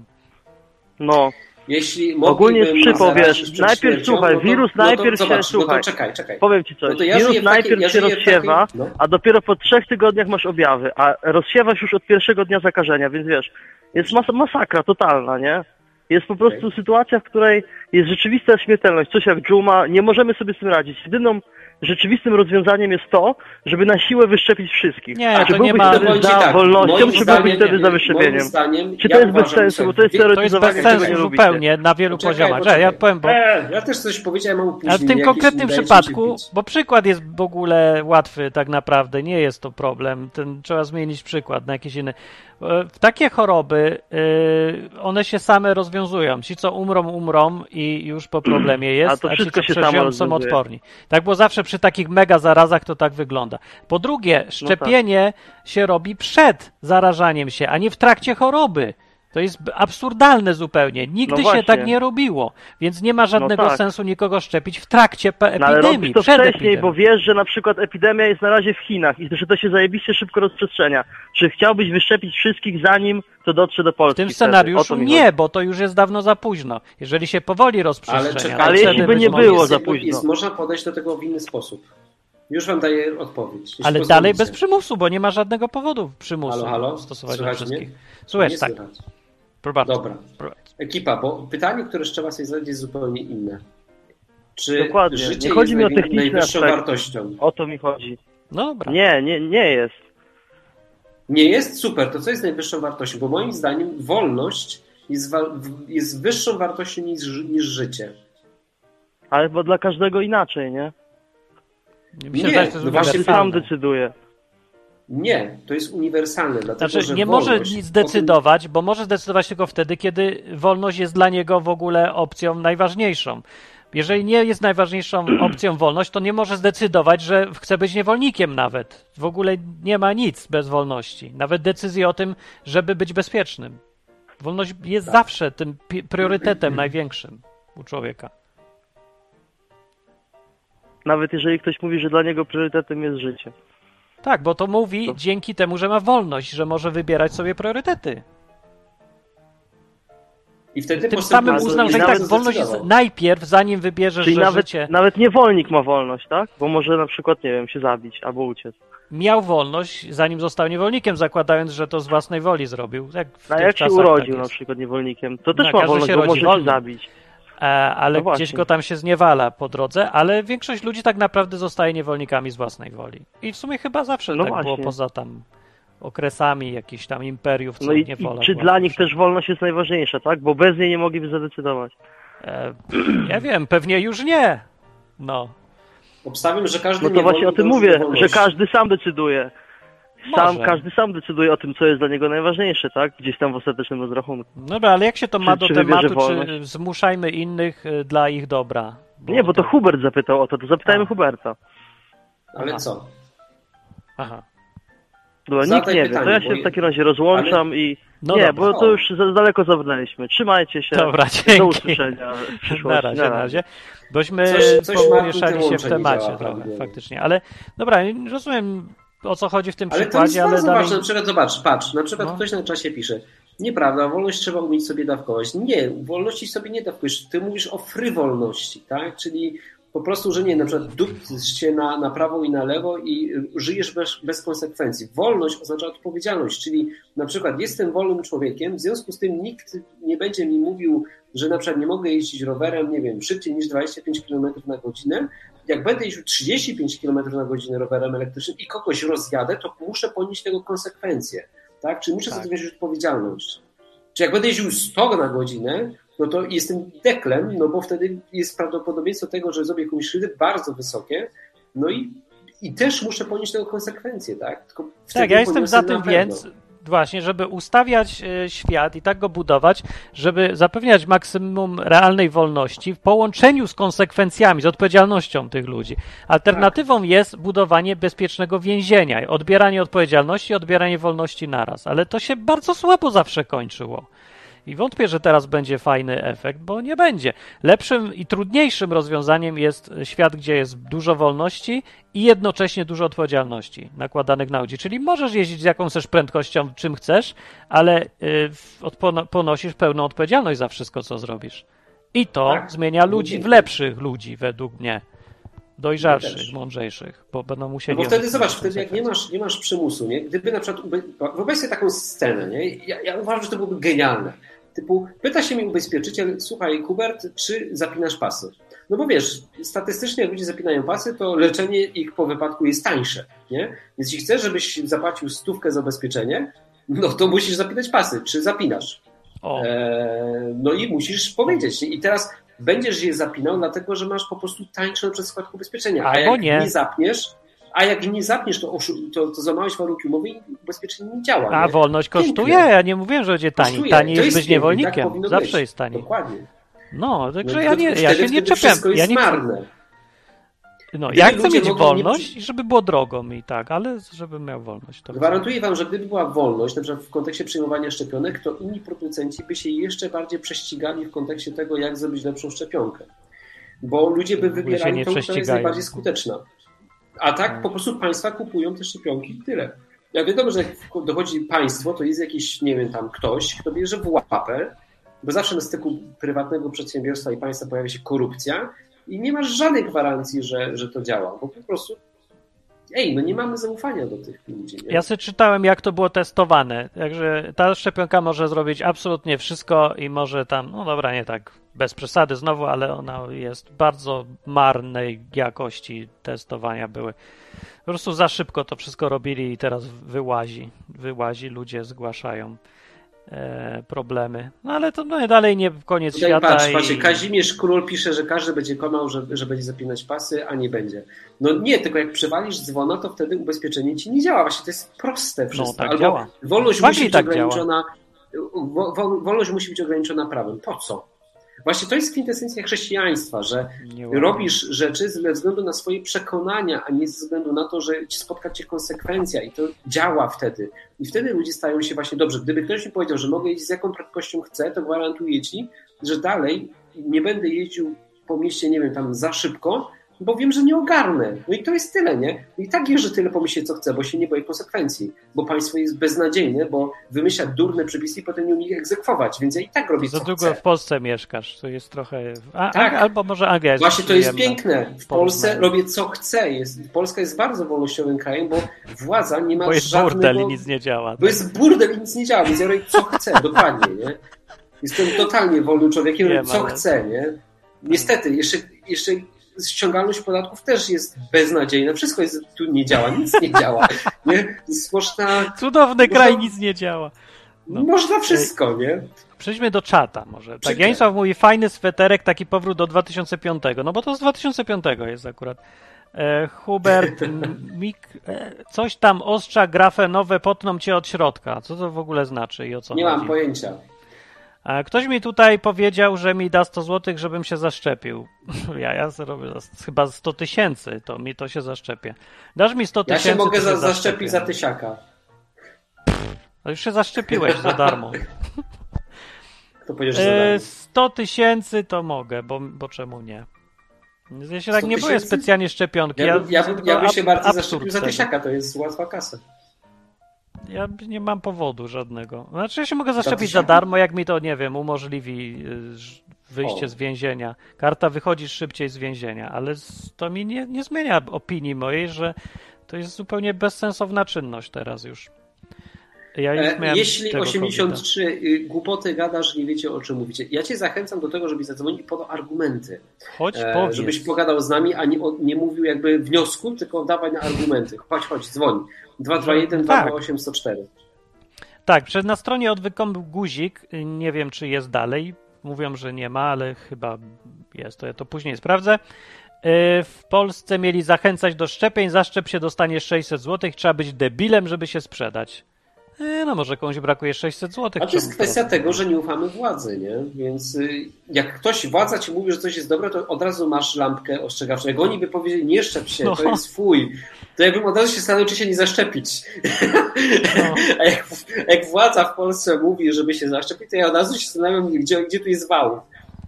No. Jeśli ogólnie przypał, wiesz, najpierw słuchaj, wirus najpierw się, słuchaj, czekaj. Powiem ci coś, wirus najpierw się rozsiewa, a dopiero po 3 tygodniach masz objawy, a rozsiewasz już od pierwszego dnia zakażenia, więc wiesz, jest masakra totalna, nie? Jest po prostu sytuacja, w której jest rzeczywista śmiertelność, coś jak dżuma, nie możemy sobie z tym radzić. Jedyną rzeczywistym rozwiązaniem jest to, żeby na siłę wyszczepić wszystkich. Nie, to nie ma... Wtedy za wolnością, czy byłbyś wtedy za wyszczepieniem? Czy to jest bez sensu, bo to jest stereotyzowanie, to jest bez sensu zupełnie, na wielu poziomach. Ja powiem, bo... Ja też coś powiedziałem, mam później. Ale w tym konkretnym przypadku, bo przykład jest w ogóle łatwy tak naprawdę, nie jest to problem, trzeba zmienić przykład na jakiś inny. Takie choroby, one się same rozwiązują. Ci, co umrą i już po problemie jest, a ci, co przeżyją, są odporni. Tak było zawsze przy takich mega zarazach, to tak wygląda. Po drugie, szczepienie się robi przed zarażaniem się, a nie w trakcie choroby. To jest absurdalne zupełnie. Nigdy się tak nie robiło. Więc nie ma żadnego sensu nikogo szczepić w trakcie epidemii. Ale robisz to wcześniej, bo wiesz, że na przykład epidemia jest na razie w Chinach i że to się zajebiście szybko rozprzestrzenia. Czy chciałbyś wyszczepić wszystkich, zanim to dotrze do Polski? W tym scenariuszu nie, bo to już jest dawno za późno. Jeżeli się powoli rozprzestrzenia. Ale jeśli by nie było za późno. Można podejść do tego w inny sposób. Już wam daję odpowiedź. Ale dalej bez przymusu, bo nie ma żadnego powodu przymusu stosować do wszystkich. Słuchaj, tak. Dobra. Ekipa, bo pytanie, które trzeba sobie zadać, jest zupełnie inne. Czy dokładnie. życie nie chodzi mi o jest najwyższą wartością? O to mi chodzi. Dobra. Nie jest. Nie jest? Super. To co jest najwyższą wartością? Bo moim zdaniem wolność jest wyższą wartością niż życie. Ale bo dla każdego inaczej, nie? Nie, no właśnie sam decyduje. Nie, to jest uniwersalne. Dlatego, znaczy, że nie może nic zdecydować, bo może zdecydować tylko wtedy, kiedy wolność jest dla niego w ogóle opcją najważniejszą. Jeżeli nie jest najważniejszą opcją wolność, to nie może zdecydować, że chce być niewolnikiem nawet. W ogóle nie ma nic bez wolności. Nawet decyzji o tym, żeby być bezpiecznym. Wolność jest zawsze tym priorytetem największym u człowieka. Nawet jeżeli ktoś mówi, że dla niego priorytetem jest życie. Tak, bo to mówi dzięki temu, że ma wolność, że może wybierać sobie priorytety. I wtedy tym samym uznał, że i tak wolność jest najpierw, zanim wybierzesz, czyli że nawet, życie... nawet niewolnik ma wolność, tak? Bo może na przykład, nie wiem, się zabić albo uciec. Miał wolność, zanim został niewolnikiem, zakładając, że to z własnej woli zrobił. Jak się urodził na przykład niewolnikiem, to też ma wolność, bo może się zabić. Ale gdzieś go tam się zniewala po drodze, ale większość ludzi tak naprawdę zostaje niewolnikami z własnej woli. I w sumie chyba zawsze tak było, poza tam okresami jakichś tam imperiów, co niewola. Czy dla nich też wolność jest najważniejsza, tak? Bo bez niej nie mogliby zadecydować. Ja wiem, pewnie już nie. No. Obstawiam, że każdy no to właśnie o tym mówię, że każdy sam decyduje. Każdy sam decyduje o tym, co jest dla niego najważniejsze, tak? Gdzieś tam w ostatecznym rozrachunku. Dobra, ale jak się to ma do tematu, czy zmuszajmy innych dla ich dobra? Nie, bo to Hubert zapytał o to zapytajmy Huberta. Ale co? Aha. Dobra, nikt nie wie, to ja się w takim razie rozłączam i... No nie, bo to już za daleko zabrnęliśmy. Trzymajcie się. Dobra, dzięki. Do usłyszenia w przyszłości. Na razie. Bośmy pomieszali się w temacie trochę, faktycznie. Ale dobra, rozumiem, o co chodzi w tym przykładzie, ale dalej... Na przykład zobacz, patrz, na przykład ktoś na czasie pisze, nieprawda, wolność trzeba umieć sobie dawkować. Nie, wolności sobie nie dawkujesz. Ty mówisz o frywolności, tak? Czyli po prostu, że nie, na przykład dupcysz się na prawo i na lewo i żyjesz bez konsekwencji. Wolność oznacza odpowiedzialność, czyli na przykład jestem wolnym człowiekiem, w związku z tym nikt nie będzie mi mówił, że na przykład nie mogę jeździć rowerem, nie wiem, szybciej niż 25 km na godzinę. Jak będę jeździł 35 km na godzinę rowerem elektrycznym i kogoś rozjadę, to muszę ponieść tego konsekwencje, tak? Czyli muszę sobie wziąć odpowiedzialność. Czy jak będę jeździł 100 na godzinę, no to jestem deklem, no bo wtedy jest prawdopodobieństwo tego, że zrobię komuś krzywdę bardzo wysokie, no i też muszę ponieść tego konsekwencje, tak? Tylko tak, ja jestem za tym więc właśnie, żeby ustawiać świat i tak go budować, żeby zapewniać maksimum realnej wolności w połączeniu z konsekwencjami, z odpowiedzialnością tych ludzi. Alternatywą jest budowanie bezpiecznego więzienia, odbieranie odpowiedzialności, odbieranie wolności naraz, ale to się bardzo słabo zawsze kończyło. I wątpię, że teraz będzie fajny efekt, bo nie będzie. Lepszym i trudniejszym rozwiązaniem jest świat, gdzie jest dużo wolności i jednocześnie dużo odpowiedzialności nakładanych na ludzi. Czyli możesz jeździć z jaką chcesz prędkością, czym chcesz, ale ponosisz pełną odpowiedzialność za wszystko, co zrobisz. I to zmienia ludzi w lepszych ludzi, według mnie. Dojrzalszych, mądrzejszych, bo będą musieli... No bo wtedy zobacz, wtedy jak nie masz przymusu, nie? Gdyby na przykład... Wyobraź sobie taką scenę, nie? Ja uważam, że to byłoby genialne. Typu, pyta się mnie ubezpieczyciel, słuchaj, Hubert, czy zapinasz pasy? No bo wiesz, statystycznie jak ludzie zapinają pasy, to leczenie ich po wypadku jest tańsze, nie? Więc jeśli chcesz, żebyś zapłacił 100 za ubezpieczenie, no to musisz zapinać pasy. Czy zapinasz? No i musisz powiedzieć. I teraz będziesz je zapinał, dlatego że masz po prostu tańszą przez składkę ubezpieczenia. A jak nie zapniesz, to złamałeś warunki umowy i ubezpieczenie nie działa. A wolność kosztuje? Ja nie mówiłem, że będzie taniej. Taniej jest być niewolnikiem. Tak zawsze jest taniej. Dokładnie. No, także ja się nie czepiam. Ja nie chcę. No, ja chcę mieć wolność, żeby było drogą i tak, ale żebym miał wolność. To gwarantuję wam, że gdyby była wolność, na przykład w kontekście przyjmowania szczepionek, to inni producenci by się jeszcze bardziej prześcigali w kontekście tego, jak zrobić lepszą szczepionkę. Bo ludzie by wybierali tą, która jest najbardziej skuteczna. A tak po prostu państwa kupują te szczepionki i tyle. Jak wiadomo, że jak dochodzi państwo, to jest jakiś, nie wiem, tam ktoś, kto bierze w łapę, bo zawsze na styku prywatnego przedsiębiorstwa i państwa pojawia się korupcja i nie masz żadnej gwarancji, że to działa, bo po prostu nie mamy zaufania do tych ludzi. Nie? Ja sobie czytałem, jak to było testowane, także ta szczepionka może zrobić absolutnie wszystko i może tam, no dobra, nie tak bez przesady znowu, ale ona jest bardzo marnej jakości testowania były. Po prostu za szybko to wszystko robili i teraz wyłazi, ludzie zgłaszają problemy. No ale to dalej nie koniec świata. Patrzcie, Kazimierz Król pisze, że każdy będzie kłamał, że będzie zapinać pasy, a nie będzie. No nie, tylko jak przewalisz dzwona, to wtedy ubezpieczenie ci nie działa. Właśnie to jest proste wszystko. No tak albo działa. Wolność musi być ograniczona. Wolność musi być ograniczona prawem. Po co? Właśnie to jest kwintesencja chrześcijaństwa, że robisz rzeczy ze względu na swoje przekonania, a nie ze względu na to, że spotka cię konsekwencja i to działa wtedy. I wtedy ludzie stają się właśnie dobrze. Gdyby ktoś mi powiedział, że mogę jeździć z jaką prędkością chcę, to gwarantuję ci, że dalej nie będę jeździł po mieście, nie wiem, tam za szybko, bo wiem, że nie ogarnę. No i to jest tyle, nie? I tak jeżdżę tyle po mieście, co chcę, bo się nie boję konsekwencji. Bo państwo jest beznadziejne, bo wymyśla durne przepisy i potem nie umie ich egzekwować, więc ja i tak robię, co chcę. Za długo w Polsce mieszkasz, to jest trochę... Tak. Albo może Anglia. Właśnie to jest piękne. W Polsce robię, co chcę. Polska jest bardzo wolnościowym krajem, bo władza nie ma żadnego... Bo jest burdel i nic nie działa. Bo jest burdel i nic nie działa, więc ja robię, co chcę, dokładnie, nie? Jestem totalnie wolnym człowiekiem, robię, co chcę, nie? Niestety, jeszcze ściągalność podatków też jest beznadziejna. Wszystko tu nie działa, nic nie działa. Nie? Cudowny kraj, nic nie działa. No. Można wszystko, nie? Przejdźmy do czata może. Tak, Janisław mówi, fajny sweterek, taki powrót do 2005. No bo to z 2005 jest akurat. Hubert, coś tam ostrza grafę nowe, potną cię od środka. Co to w ogóle znaczy i o co chodzi? Nie mam pojęcia. Ktoś mi tutaj powiedział, że mi da 100 zł, żebym się zaszczepił. Ja zrobię chyba 100 000, to mi to się zaszczepię. Dasz mi 100 000? Ja się mogę zaszczepić za 1000. No już się zaszczepiłeś za darmo. Kto powiedział, że za darmo? 100 000 to mogę, bo czemu nie? Ja się tak nie boję specjalnie szczepionki. Ja bym się bardzo zaszczepił za 1000, to jest łatwa kasa. Ja nie mam powodu żadnego. Znaczy ja się mogę zaszczepić za darmo, jak mi to, nie wiem, umożliwi wyjście z więzienia. Karta wychodzisz szybciej z więzienia, ale to mi nie zmienia opinii mojej, że to jest zupełnie bezsensowna czynność teraz już. Jeśli 83 głupoty gadasz, że nie wiecie, o czym mówicie. Ja cię zachęcam do tego, żebyś zadzwonił i podał argumenty. Żebyś pogadał z nami, a nie mówił jakby wniosku, tylko dawaj na argumenty. Chodź, dzwoń. 221 228 104. Tak, na stronie odwyk.com był guzik. Nie wiem, czy jest dalej. Mówią, że nie ma, ale chyba jest. To ja to później sprawdzę. W Polsce mieli zachęcać do szczepień. Zaszczep się, dostaniesz 600 zł. Trzeba być debilem, żeby się sprzedać. No może komuś brakuje 600 zł. A to jest kwestia tego, że nie ufamy władzy, nie? Więc jak władza ci mówi, że coś jest dobre, to od razu masz lampkę ostrzegawczą. Jak oni by powiedzieli, nie szczep się, to jest fuj, to ja bym od razu się zastanowił, czy się nie zaszczepić. No. A jak władza w Polsce mówi, żeby się zaszczepić, to ja od razu się zastanawiam, gdzie tu jest wał.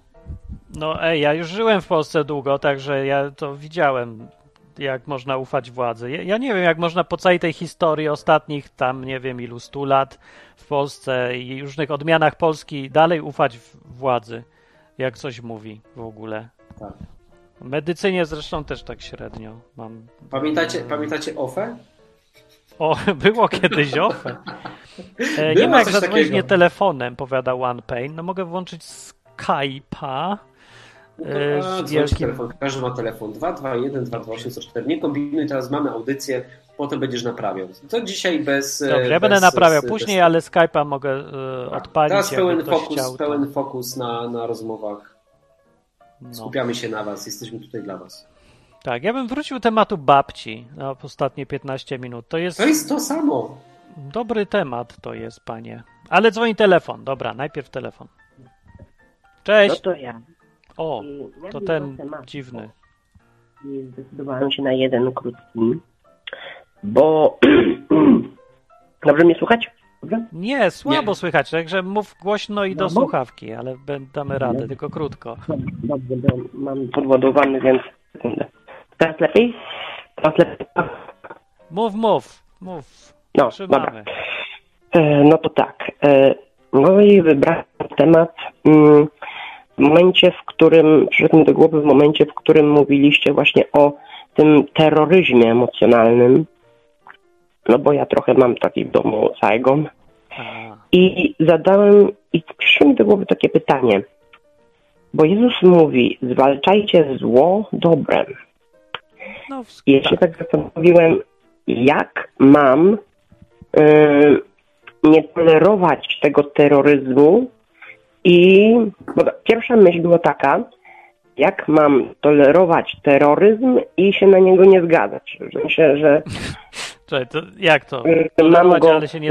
No ja już żyłem w Polsce długo, także ja to widziałem, jak można ufać władzy. Ja nie wiem, jak można po całej tej historii ostatnich tam, nie wiem ilu 100 lat w Polsce i różnych odmianach Polski dalej ufać władzy, jak coś mówi w ogóle. Tak. W medycynie zresztą też tak średnio mam. Pamiętacie OFE? Było kiedyś OFE. Nie ma jak zadzwonić mnie telefonem, powiada OnePain. No mogę włączyć Skype'a. Telefon. Każdy ma telefon. 221 228 104. Nie kombinuj, teraz mamy audycję, potem będziesz naprawiał. To dzisiaj bez... Dobrze, ja będę naprawiał później, ale Skype'a mogę odpalić. Teraz pełen fokus na rozmowach. Skupiamy się na was, jesteśmy tutaj dla was. Tak, ja bym wrócił do tematu babci na ostatnie 15 minut. To jest to samo. Dobry temat to jest, panie. Ale dzwoni telefon. Dobra, najpierw telefon. Cześć. No to ja. To ten dziwny. Zdecydowałem się na jeden krótki, bo... Dobrze mnie słychać? Dobrze? Nie, słabo słychać, także mów głośno i do słuchawki, ale damy radę, tylko krótko. Dobrze, bo mam podładowany, więc sekundę. Teraz lepiej? Mów. No, dobra. No to tak. No i wybrałem temat... W momencie, przyszedł mi do głowy w momencie, w którym mówiliście właśnie o tym terroryzmie emocjonalnym, no bo ja trochę mam taki w domu Saigon i przyszło mi do głowy takie pytanie, bo Jezus mówi, zwalczajcie zło dobrem. I ja się tak zastanowiłem, jak mam nie tolerować tego terroryzmu. Bo pierwsza myśl była taka, jak mam tolerować terroryzm i się na niego nie zgadzać. Że to jak to? Ale się nie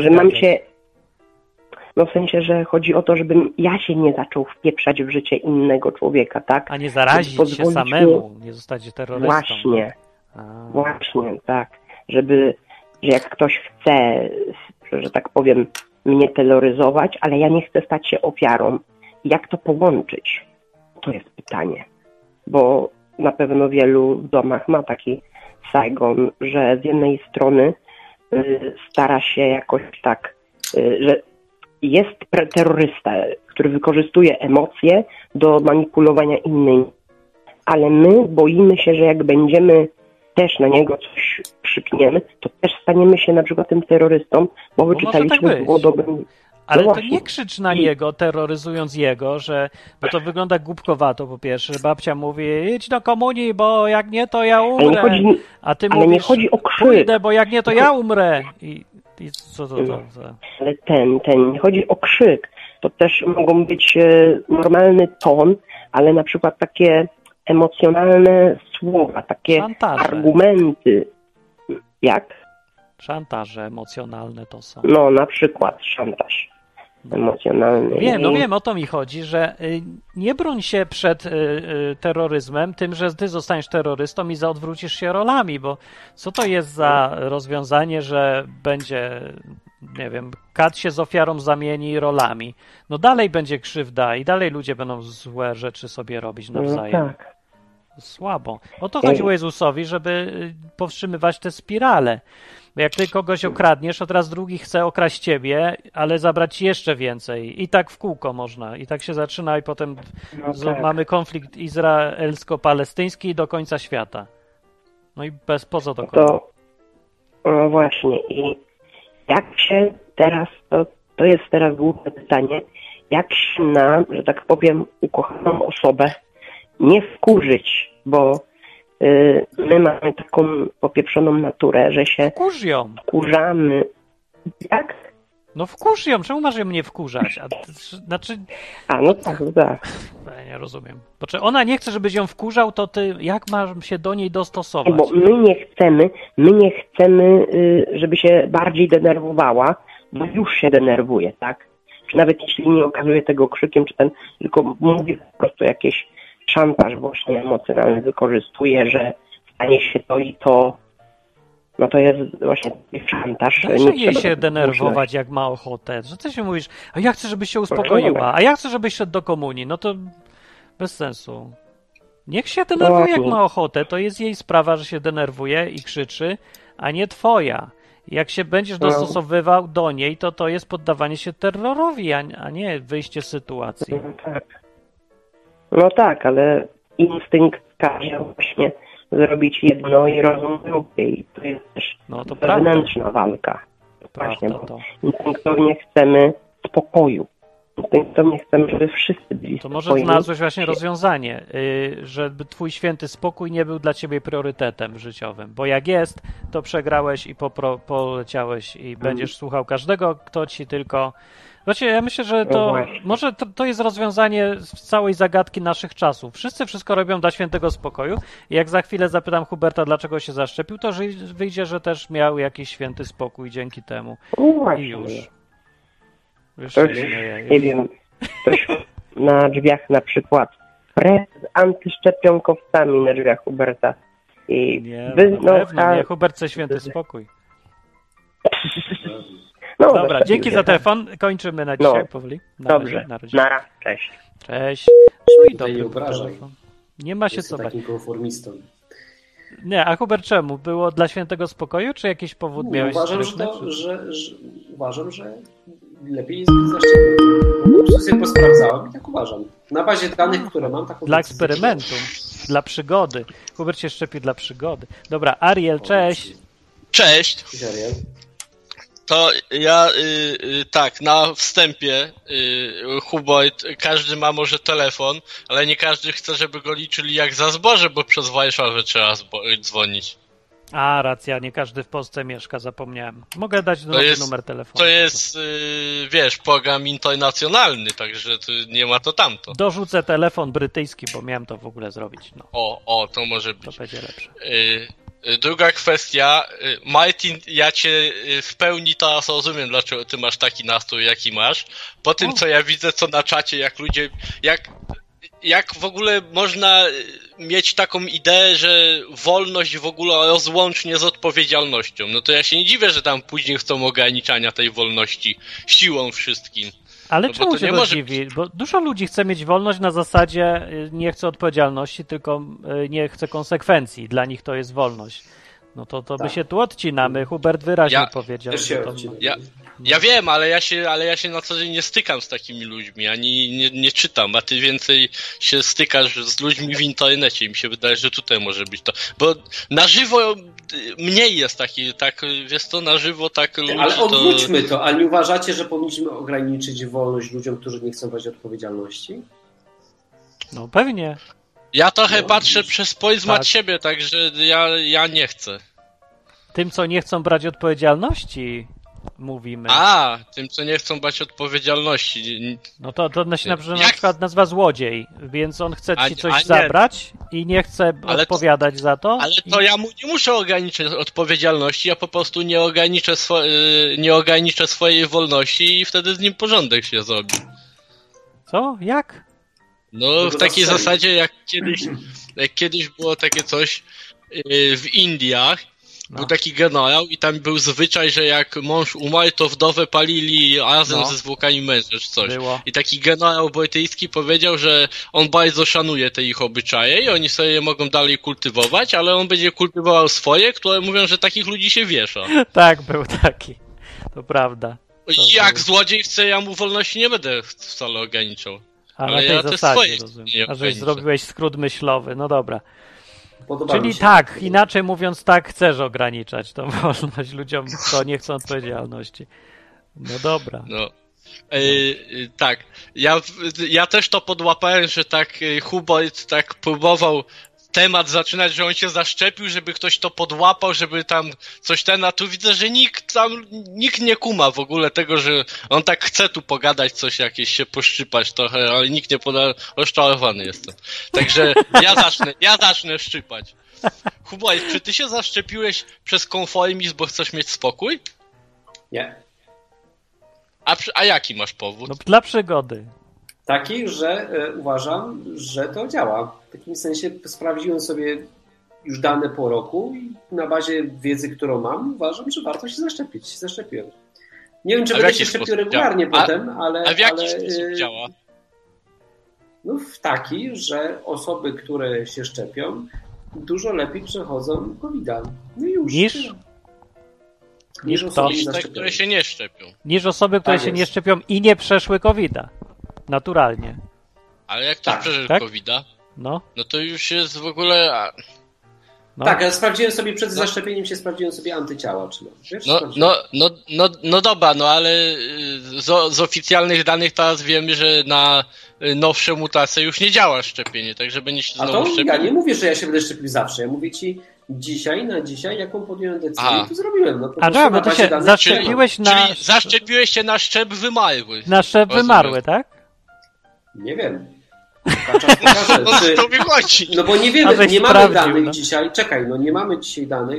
w sensie, że chodzi o to, żebym ja się nie zaczął wpieprzać w życie innego człowieka, tak? A nie zarazić się samemu, nie zostać terrorystą. Właśnie, tak. Że jak ktoś chce, że tak powiem, mnie terroryzować, ale ja nie chcę stać się ofiarą. Jak to połączyć? To jest pytanie. Bo na pewno wielu w domach ma taki Saigon, że z jednej strony stara się jakoś tak, że jest terrorysta, który wykorzystuje emocje do manipulowania innymi. Ale my boimy się, że jak będziemy też na niego coś przypniemy, to też staniemy się na przykład tym terrorystą, bo wyczytaliśmy było dobrym. Ale to nie krzycz na niego, terroryzując jego, bo to wygląda głupkowato po pierwsze, że babcia mówi, idź do komunii, bo jak nie, to ja umrę. A ty mówisz, nie chodzi o krzyk. Pójdę, bo jak nie, to ja umrę. I co to? Ale nie chodzi o krzyk. To też mogą być normalny ton, ale na przykład takie emocjonalne słowa, takie argumenty. Jak? Szantaże emocjonalne to są. No, na przykład szantaż emocjonalny. Wiem, o to mi chodzi, że nie broń się przed terroryzmem tym, że ty zostaniesz terrorystą i odwrócisz się rolami, bo co to jest za rozwiązanie, że będzie, nie wiem, kat się z ofiarą zamieni rolami. No dalej będzie krzywda i dalej ludzie będą złe rzeczy sobie robić nawzajem. No tak. Słabo. O to chodziło Jezusowi, żeby powstrzymywać te spirale. Bo jak ty kogoś okradniesz, to teraz drugi chce okraść ciebie, ale zabrać jeszcze więcej. I tak w kółko można. I tak się zaczyna i potem mamy konflikt izraelsko-palestyński do końca świata. No i po co to kończy? No właśnie. I jak się teraz, to jest teraz główne pytanie, jak się na, że tak powiem, ukochaną osobę nie wkurzyć, bo my mamy taką popieprzoną naturę, że się wkurzamy. Jak? No wkurz ją, czemu masz ją nie wkurzać? No tak. Ja nie rozumiem. Bo czy ona nie chce, żebyś ją wkurzał, to ty jak masz się do niej dostosować? Bo my nie chcemy, żeby się bardziej denerwowała, bo już się denerwuje, tak? Czy nawet jeśli nie okazuje tego krzykiem, tylko mówi po prostu jakieś szantaż właśnie emocjonalny wykorzystuje, że stanie się to i to, no to jest właśnie szantaż. Dlaczego jej się denerwować, jak ma ochotę? Że ty się mówisz, a ja chcę, żebyś się uspokoiła, a ja chcę, żebyś szedł do komunii. No to bez sensu. Niech się denerwuje, jak ma ochotę. To jest jej sprawa, że się denerwuje i krzyczy, a nie twoja. Jak się będziesz dostosowywał do niej, to jest poddawanie się terrorowi, a nie wyjście z sytuacji. No tak, ale instynkt każe właśnie zrobić jedno i rozum drugie. I to jest też wewnętrzna walka. Właśnie, bo instynktownie chcemy spokoju. Instynktownie chcemy, żeby wszyscy byli To może znalazłeś właśnie rozwiązanie, żeby twój święty spokój nie był dla ciebie priorytetem życiowym. Bo jak jest, to przegrałeś i poleciałeś i będziesz słuchał każdego, kto ci tylko... Znaczy, ja myślę, że może to jest rozwiązanie całej zagadki naszych czasów. Wszyscy wszystko robią dla świętego spokoju i jak za chwilę zapytam Huberta, dlaczego się zaszczepił, to wyjdzie, że też miał jakiś święty spokój dzięki temu. I już. Nie wiem, ktoś na drzwiach na przykład z antyszczepionkowcami na drzwiach Huberta. Nie, Hubert chce święty spokój. Dobra, dzięki za telefon. Kończymy na dzisiaj powoli. Dobrze. Nara. Cześć. Cześć. Nie ma się co bać. Takim konformistą. Nie, a Hubert czemu? Było dla świętego spokoju, czy jakiś powód miałeś? Uważam, że lepiej jest być zaszczepiony. Po prostu sobie posprawdzałem i tak uważam. Na bazie danych, które mam, taką dla eksperymentu, dla przygody. Hubert się szczepi dla przygody. Dobra, Ariel, cześć. Cześć. Cześć, Ariel. To ja tak, na wstępie Hubert, każdy ma może telefon, ale nie każdy chce, żeby go liczyli jak za zboże, bo przez Warszawę trzeba dzwonić. A, racja, nie każdy w Polsce mieszka, zapomniałem. Mogę dać numer telefonu. To jest, wiesz, program internacjonalny, także nie ma to tamto. Dorzucę telefon brytyjski, bo miałem to w ogóle zrobić. No. To może być. To będzie lepsze. Druga kwestia, Martin, ja cię w pełni teraz rozumiem, dlaczego ty masz taki nastrój, jaki masz. Po tym, co ja widzę, co na czacie, jak ludzie, jak w ogóle można mieć taką ideę, że wolność w ogóle rozłącznie z odpowiedzialnością. No to ja się nie dziwię, że tam później chcą ograniczania tej wolności siłą wszystkim. Ale czemu się to dziwi? Bo dużo ludzi chce mieć wolność na zasadzie nie chce odpowiedzialności, tylko nie chce konsekwencji. Dla nich to jest wolność. No to my się tu odcinamy. Hubert wyraźnie powiedział. Ja wiem, ale ja się na co dzień nie stykam z takimi ludźmi, ani nie czytam, a ty więcej się stykasz z ludźmi w internecie i mi się wydaje, że tutaj może być to. Bo na żywo mniej jest tak, wiesz to, na żywo tak ludzi. Ale odwróćmy to, a nie uważacie, że powinniśmy ograniczyć wolność ludziom, którzy nie chcą brać odpowiedzialności? No pewnie. Ja trochę patrzę przez pryzmat siebie, także ja nie chcę. Tym, co nie chcą brać odpowiedzialności, mówimy. Tym, co nie chcą brać odpowiedzialności. No to się na przykład nazywa złodziej, więc on chce ci coś zabrać i nie chce odpowiadać za to. Ale to ja mu nie muszę ograniczyć odpowiedzialności, ja po prostu nie ograniczę swojej wolności i wtedy z nim porządek się zrobi. Co? Jak? No w takiej zasadzie, jak kiedyś było takie coś w Indiach, Był taki generał i tam był zwyczaj, że jak mąż umarł, to wdowę palili razem ze zwłokami męża czy coś. Było. I taki generał brytyjski powiedział, że on bardzo szanuje te ich obyczaje i oni sobie je mogą dalej kultywować, ale on będzie kultywował swoje, które mówią, że takich ludzi się wiesza. Tak, był taki. To prawda. I jak złodziej chce, ja mu wolności nie będę wcale ograniczał. Ale ja tej te zasadzie, swoje rozumiem. nie A żeś ograniczę. zrobiłeś skrót myślowy, no dobra. Czyli tak, inaczej mówiąc, tak chcesz ograniczać tą wolność ludziom, kto nie chcą odpowiedzialności. No dobra. No. Tak, ja też to podłapałem, że tak Hubert tak próbował temat zaczynać, że on się zaszczepił, żeby ktoś to podłapał, żeby tam coś a tu widzę, że nikt nie kuma w ogóle tego, że on tak chce tu pogadać coś jakieś, się poszczypać trochę, ale nikt nie rozczarowany jestem. Także ja zacznę szczypać. Hubert, czy ty się zaszczepiłeś przez konformizm, bo chcesz mieć spokój? Nie. A jaki masz powód? No dla przygody. Taki, że uważam, że to działa. W takim sensie sprawdziłem sobie już dane po roku i na bazie wiedzy, którą mam, uważam, że warto się zaszczepić. Zaszczepiłem. Nie wiem, czy będę się szczepił regularnie potem, ale... A w jaki sposób działa? No w taki, że osoby, które się szczepią, dużo lepiej przechodzą COVID-a. No i już. Niż te, które się nie szczepią. Niż osoby, które się nie szczepią i nie przeszły COVID-a. Naturalnie. Ale jak ktoś przeżył COVID-a, no to już jest w ogóle... No. Tak, ja sprawdziłem sobie przed zaszczepieniem sprawdziłem sobie antyciała. Czy wiesz, no dobra, no ale z oficjalnych danych teraz wiemy, że na nowsze mutacje już nie działa szczepienie, także będzie się znowu szczepił. Ja nie mówię, że ja się będę szczepił zawsze. Ja mówię ci dzisiaj, jaką podjąłem decyzję i to zrobiłem. No, bo ty się zaszczepiłeś czyli zaszczepiłeś się na szczep wymarły. Na szczep wymarły, tak? Nie wiem. Czas pokaże, to mi chodzi. No bo nie wiemy, nie mamy danych dzisiaj. Czekaj, nie mamy dzisiaj danych,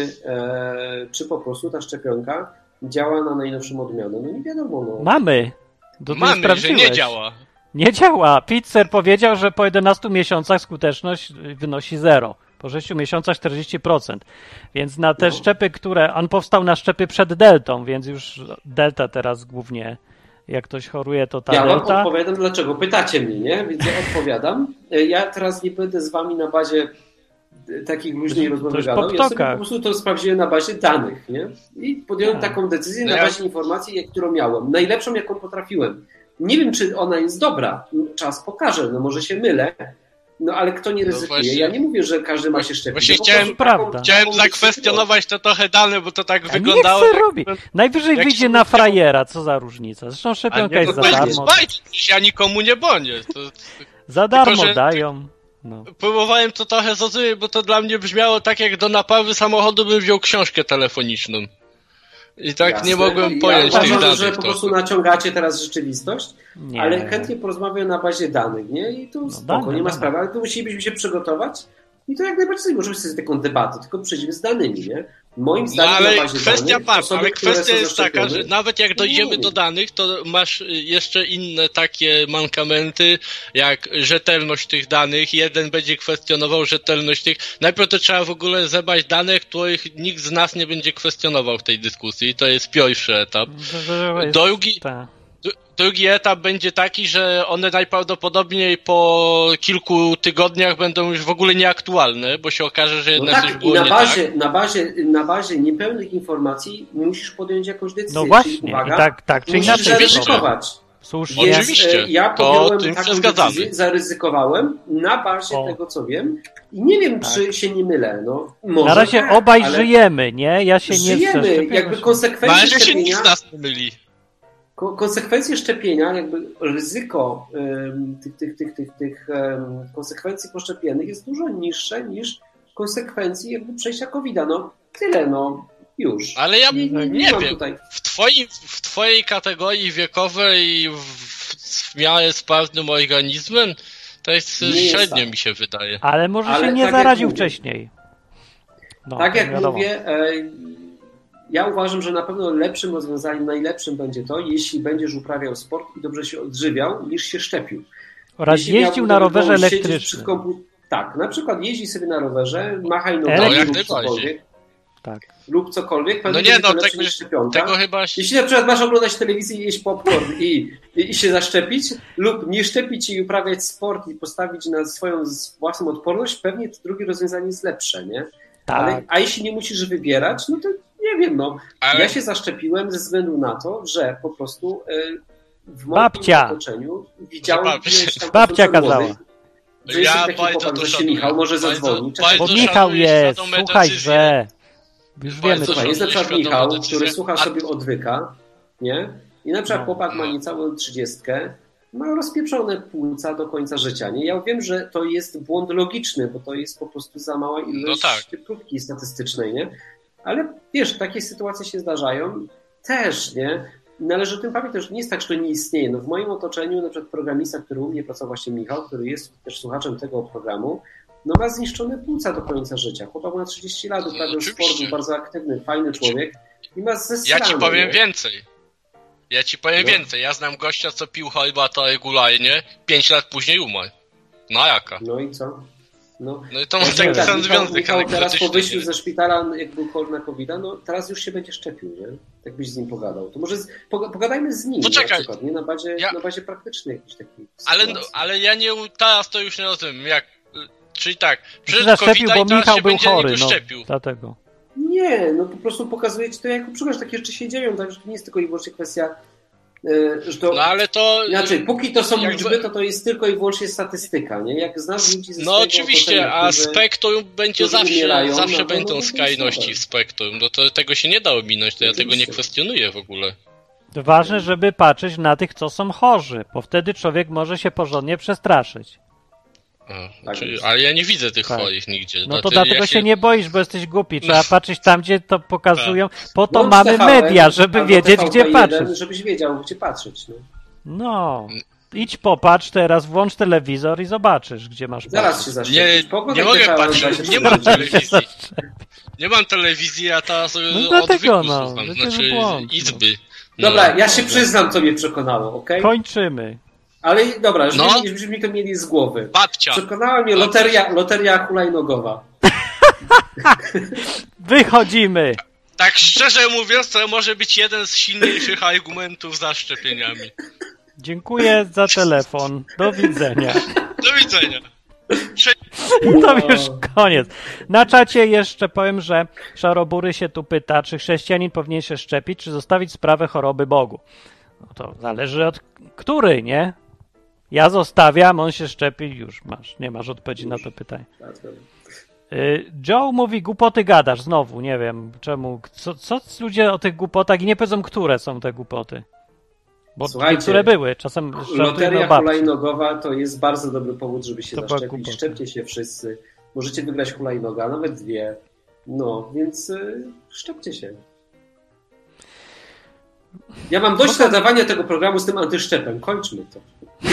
czy po prostu ta szczepionka działa na najnowszą odmianę. No nie wiadomo. No. Mamy, że nie działa. Nie działa. Pfizer powiedział, że po 11 miesiącach skuteczność wynosi 0. Po 6 miesiącach 40%. Więc na te szczepy, on powstał na szczepy przed deltą, więc już delta teraz głównie, jak ktoś choruje, to ta delta. Ja wam odpowiadam dlaczego. Pytacie mnie, nie? Więc ja odpowiadam. Ja teraz nie będę z wami na bazie takich luźnej rozmowy gadał. Ja sobie po prostu to sprawdziłem na bazie danych, nie? I podjąłem taką decyzję na bazie informacji, którą miałem. Najlepszą, jaką potrafiłem. Nie wiem, czy ona jest dobra. Czas pokaże. Może się mylę. Ale kto nie ryzykuje? Ja nie mówię, że każdy ma się szczepić. Właśnie chciałem zakwestionować to trochę dane, bo to tak wyglądało. Niech robi. Najwyżej wyjdzie na frajera, co za różnica. Zresztą szczepionka jest za darmo. Ja nikomu nie bronię. Za darmo tylko, dają. Próbowałem to trochę zrozumieć, bo to dla mnie brzmiało tak, jak do naprawy samochodu bym wziął książkę telefoniczną. I tak nie mogłem pojąć tych danych. Ja że po prostu naciągacie teraz rzeczywistość, ale chętnie porozmawiam na bazie danych, nie? I tu spoko, nie ma sprawy, ale tu musielibyśmy się przygotować i to jak najbardziej możemy sobie taką debatę, tylko przyjdziemy z danymi, nie? Moim zdaniem ale na bazie kwestia jest taka, że nawet jak dojdziemy do danych, to masz jeszcze inne takie mankamenty, jak rzetelność tych danych. Jeden będzie kwestionował rzetelność tych. Najpierw to trzeba w ogóle zebrać dane, których nikt z nas nie będzie kwestionował w tej dyskusji. To jest pierwszy etap. Drugi etap będzie taki, że one najprawdopodobniej po kilku tygodniach będą już w ogóle nieaktualne, bo się okaże, że jednak coś było nie tak. Na bazie niepełnych informacji musisz podjąć jakąś decyzję. No właśnie, czyli, uwaga, tak czy inaczej zaryzykować. Słusznie. Oczywiście, ja podjąłem taką decyzję, zaryzykowałem na bazie tego, co wiem i nie wiem, czy się nie mylę. Może na razie obaj żyjemy, nie? Ja się żyjemy, nie żyjemy, jakby konsekwencje szczepienia... się nikt z nas nie myli. Konsekwencje szczepienia, jakby ryzyko tych konsekwencji poszczepionych jest dużo niższe niż konsekwencji jakby przejścia COVID-a. Tyle, już. Ale ja nie wiem, tutaj. W twojej kategorii wiekowej w miarę sprawnym organizmem to jest średnio tak. Mi się wydaje. Ale może się nie zaraził wcześniej. Tak jak mówię, ja uważam, że na pewno lepszym rozwiązaniem, najlepszym będzie to, jeśli będziesz uprawiał sport i dobrze się odżywiał, niż się szczepił. Oraz jeździł na rowerze elektrycznym. Tak, na przykład jeździ sobie na rowerze, machaj nogami, rób cokolwiek. tak. Lub cokolwiek. No nie, no tego chyba... Jeśli na przykład masz oglądać telewizję i jeść popcorn i się zaszczepić, lub nie szczepić i uprawiać sport i postawić na swoją własną odporność, pewnie to drugie rozwiązanie jest lepsze, nie? Tak. A jeśli nie musisz wybierać, no to nie wiem, no. Ale... Ja się zaszczepiłem ze względu na to, że po prostu w moim otoczeniu widziałem... Babcia kazała. Że jest taki chłopak, że się Michał może zadzwonić. Bo Michał jest, słuchajże. Już wiemy, słuchaj, jest na przykład Michał, który słucha sobie odwyka, nie? I na przykład chłopak ma niecałą 30, ma rozpieprzone płuca do końca życia, nie? Ja wiem, że to jest błąd logiczny, bo to jest po prostu za mała ilość próbki statystycznej, nie? Ale wiesz, takie sytuacje się zdarzają też, nie? Należy o tym pamiętać, że nie jest tak, że to nie istnieje. No w moim otoczeniu na przykład programista, który u mnie pracował, właśnie Michał, który jest też słuchaczem tego programu, no ma zniszczone płuca do końca życia. Chłopak ma 30 lat, uprawiał sport, był bardzo aktywny, fajny człowiek i ma zesrane. Ja ci powiem więcej. Ja znam gościa, co pił herbatę regularnie, 5 lat później umarł. No jaka? No i co? No i to ma taki sam związek. Michał teraz po wyjściu ze szpitala, jak był chory na COVID-a, no teraz już się będzie szczepił, nie? Tak byś z nim pogadał. To może pogadajmy z nim na przykład, nie? Na bazie praktycznej jakiejś takiej ale ja nie, teraz to już nie rozumiem, jak, czyli tak, przed COVID-a bo Michał był chory, no, dlatego. Nie, no po prostu pokazuje ci to jako przykład, że takie rzeczy się dzieją, tak, że to nie jest tylko i wyłącznie kwestia, że to... No ale to... Znaczy, póki to są liczby, to jest tylko i wyłącznie statystyka, nie? Jak znasz ludzi ze no oczywiście, a spektrum będzie zawsze będą skrajności w spektrum, no to tego się nie da ominąć, to ja tego nie kwestionuję w ogóle. Ważne, żeby patrzeć na tych, co są chorzy, bo wtedy człowiek może się porządnie przestraszyć. Ale ja nie widzę tych chorych nigdzie. No to dlatego się nie boisz, bo jesteś głupi. Trzeba patrzeć tam, gdzie to pokazują. Po to mamy media, żeby wiedzieć, gdzie patrzeć. Żebyś wiedział, gdzie patrzeć. No. Idź popatrz teraz, włącz telewizor i zobaczysz, gdzie masz patrzeć. Zaraz się zaszczepisz. Nie mogę patrzeć, nie mam telewizji. Nie mam telewizji, a teraz odwyku słucham, znaczy izby. Dobra, ja się przyznam, co mnie przekonało, okej? Kończymy. Ale dobra, żebyśmy mi to mieli z głowy. Babcia. Przekonała mnie loteria hulajnogowa. Wychodzimy. Tak szczerze mówiąc, to może być jeden z silniejszych argumentów za szczepieniami. Dziękuję za telefon. Do widzenia. Do widzenia. To już koniec. Na czacie jeszcze powiem, że Szarobury się tu pyta, czy chrześcijanin powinien się szczepić, czy zostawić sprawę choroby Bogu. No to zależy od który, nie? Ja zostawiam, on się szczepi, już masz. Nie masz odpowiedzi na to pytanie. Joe mówi, głupoty gadasz znowu, nie wiem czemu. Co ludzie o tych głupotach i nie powiedzą, które są te głupoty. Bo słuchajcie, które były, czasem loteria hulajnogowa to jest bardzo dobry powód, żeby się zaszczepić. Szczepcie się wszyscy. Możecie wygrać hulajnoga, nawet 2. No, więc szczepcie się. Ja mam dość nadawania tego programu z tym antyszczepem. Kończmy to.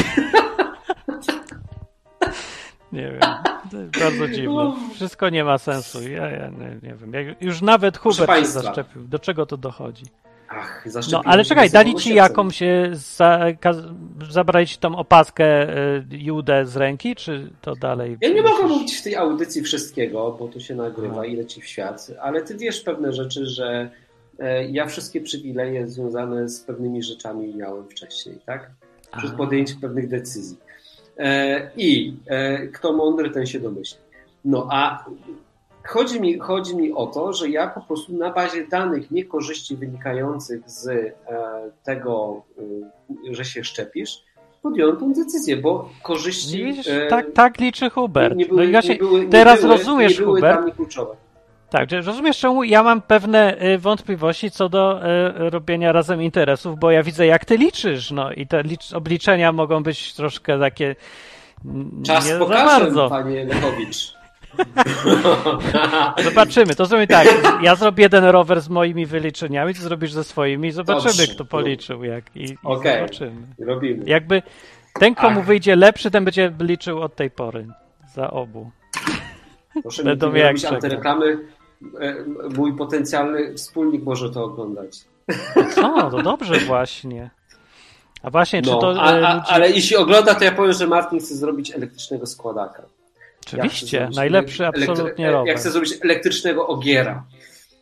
Nie wiem. To jest bardzo dziwne. Wszystko nie ma sensu. Ja nie wiem. Już nawet Hubert się zaszczepił. Do czego to dochodzi? No, ale czekaj, dali ci jakąś, zabrali ci tą opaskę Judę z ręki, czy to dalej? Ja nie mogę mówić w tej audycji wszystkiego, bo to się nagrywa i leci w świat, ale ty wiesz pewne rzeczy, że ja wszystkie przywileje związane z pewnymi rzeczami miałem wcześniej, tak? Przez podjęcie pewnych decyzji. I kto mądry, ten się domyśli. No a chodzi mi o to, że ja po prostu na bazie danych niekorzyści wynikających z tego, że się szczepisz, podjąłem tę decyzję, bo korzyści... Widzisz, tak liczy Hubert. Teraz rozumiesz, Hubert. Dla mnie kluczowe. Tak, rozumiesz, czemu ja mam pewne wątpliwości co do robienia razem interesów, bo ja widzę, jak ty liczysz, no i te obliczenia mogą być troszkę takie czas nie pokażę, za bardzo. Panie Lechowicz. Zobaczymy, to zrobimy tak, ja zrobię jeden rower z moimi wyliczeniami, ty zrobisz ze swoimi i zobaczymy, kto policzył i zobaczymy. Robimy. Jakby ten, komu wyjdzie lepszy, ten będzie liczył od tej pory za obu. Proszę mi nie robić antyreklamy. Mój potencjalny wspólnik może to oglądać. O, to dobrze właśnie. A właśnie, czy to... Ale jeśli ogląda, to ja powiem, że Martin chce zrobić elektrycznego składaka. Oczywiście, najlepszy absolutnie rower. Ja chcę zrobić elektrycznego ogiera.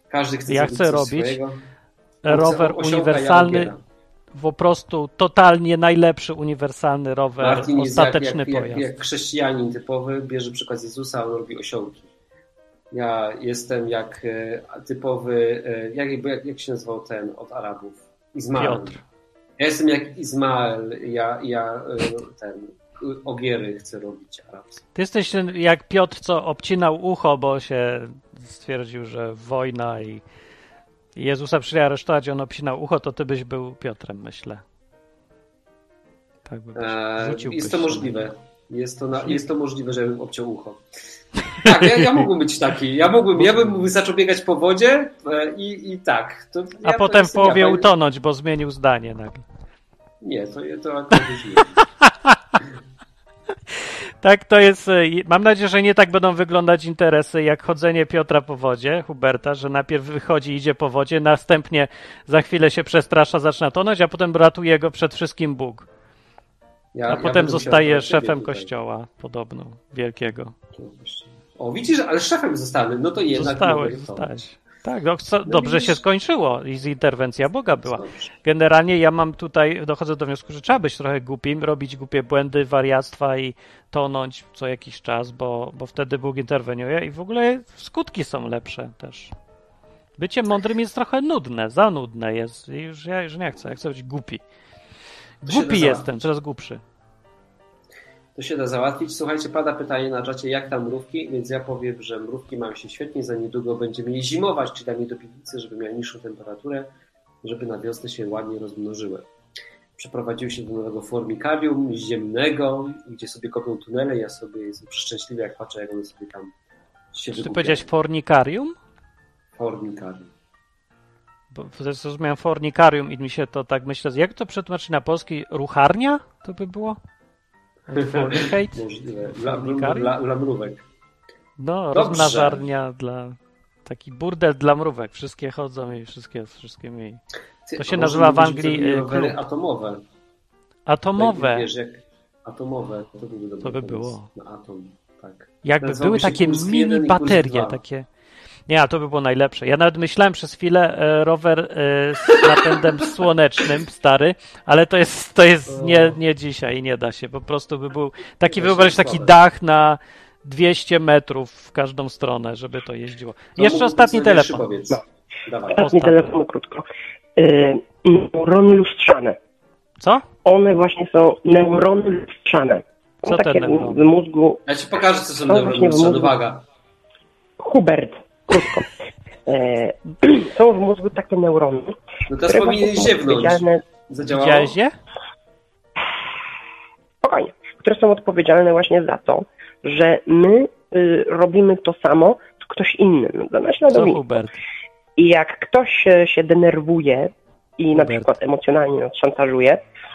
Każdy chce ja chcę robić swojego. rower uniwersalny, po prostu totalnie najlepszy uniwersalny rower, Martin ostateczny jest pojazd. jak chrześcijanin typowy, bierze przykład z Jezusa, on robi osiołki. Ja jestem jak typowy, jak się nazywał ten od Arabów? Izmael. Piotr. Ja jestem jak Izmael, ja ten ogiery chcę robić arabskie. Ty jesteś jak Piotr, co obcinał ucho, bo się stwierdził, że wojna i Jezusa przyjęli aresztować, on obcinał ucho, to ty byś był Piotrem, myślę. Tak by jest to możliwe. Jest to możliwe, żebym obciął ucho. Tak, ja mógłbym być taki. Ja bym zaczął biegać po wodzie i tak. A potem w połowie utonąć, bo zmienił zdanie nagle. Nie, to akurat nie. Tak, to jest. Mam nadzieję, że nie tak będą wyglądać interesy jak chodzenie Piotra po wodzie, Huberta, że najpierw wychodzi, idzie po wodzie, następnie za chwilę się przestrasza, zaczyna tonąć, a potem ratuje go przed wszystkim Bóg. A potem zostaje szefem kościoła, podobno, wielkiego. O, widzisz, ale szefem zostanę, no to jednak... Zostałeś. Tak, dobrze się skończyło i interwencja Boga była. Generalnie ja mam tutaj, dochodzę do wniosku, że trzeba być trochę głupim, robić głupie błędy, wariactwa i tonąć co jakiś czas, bo wtedy Bóg interweniuje i w ogóle skutki są lepsze też. Bycie mądrym jest trochę nudne, za nudne jest i już nie chcę, ja chcę być głupi. Głupi jestem, coraz głupszy. To się da załatwić. Słuchajcie, pada pytanie na czacie, jak tam mrówki, więc ja powiem, że mrówki mają się świetnie, za niedługo będziemy je zimować, czyli damy do piwnicy, żeby miały niższą temperaturę, żeby na wiosnę się ładnie rozmnożyły. Przeprowadziły się do nowego formikarium ziemnego, gdzie sobie kopią tunele. Ja sobie jestem przeszczęśliwy, jak patrzę, jak one sobie tam się wygubiają. Ty powiedziałeś fornikarium? Formikarium. Bo zrozumiałem fornikarium i mi się to tak myślę, jak to przetłumaczyć na polski? Rucharnia? To by było? Możliwe. Dla mrówek. No, rozmnażarnia taki burdel dla mrówek. Wszystkie chodzą i wszystkie mieli. To się nazywa w Anglii atomowe. Atomowe. Wiesz, jak atomowe, to byłby dobry to by było. Na atom, tak. Jakby były takie mini baterie, takie. Nie, to by było najlepsze. Ja nawet myślałem przez chwilę rower z napędem słonecznym, stary, ale to jest nie dzisiaj, nie da się. Po prostu by był taki, wyobraź taki dach na 200 metrów w każdą stronę, żeby to jeździło. Jeszcze ostatni telefon. Ostatni telefon, krótko. Neurony lustrzane. Co? One właśnie są neurony lustrzane. Co te neurony? W mózgu... Ja ci pokażę, co są neurony lustrzane. Uwaga. Hubert. Krótko. Są w mózgu takie neurony, no teraz powinien ziewnąć. Widziałeś je? Spokojnie. Które są odpowiedzialne właśnie za to, że my robimy to samo, co ktoś inny. Za naśladownictwo. I jak ktoś się denerwuje i na przykład emocjonalnie nas szantażuje,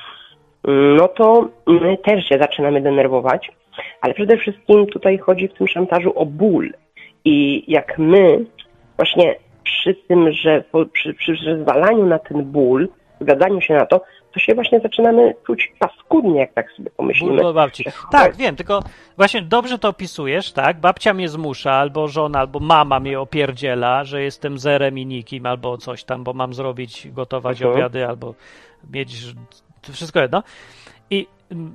no to my też się zaczynamy denerwować, ale przede wszystkim tutaj chodzi w tym szantażu o ból. I jak my właśnie przy tym, że przy zezwalaniu na ten ból, zgadzaniu się na to, to się właśnie zaczynamy czuć paskudnie, jak tak sobie pomyślimy. Ból babci. Tak, wiem, tylko właśnie dobrze to opisujesz, tak? Babcia mnie zmusza, albo żona, albo mama mnie opierdziela, że jestem zerem i nikim, albo coś tam, bo mam gotować obiady, albo mieć wszystko jedno. I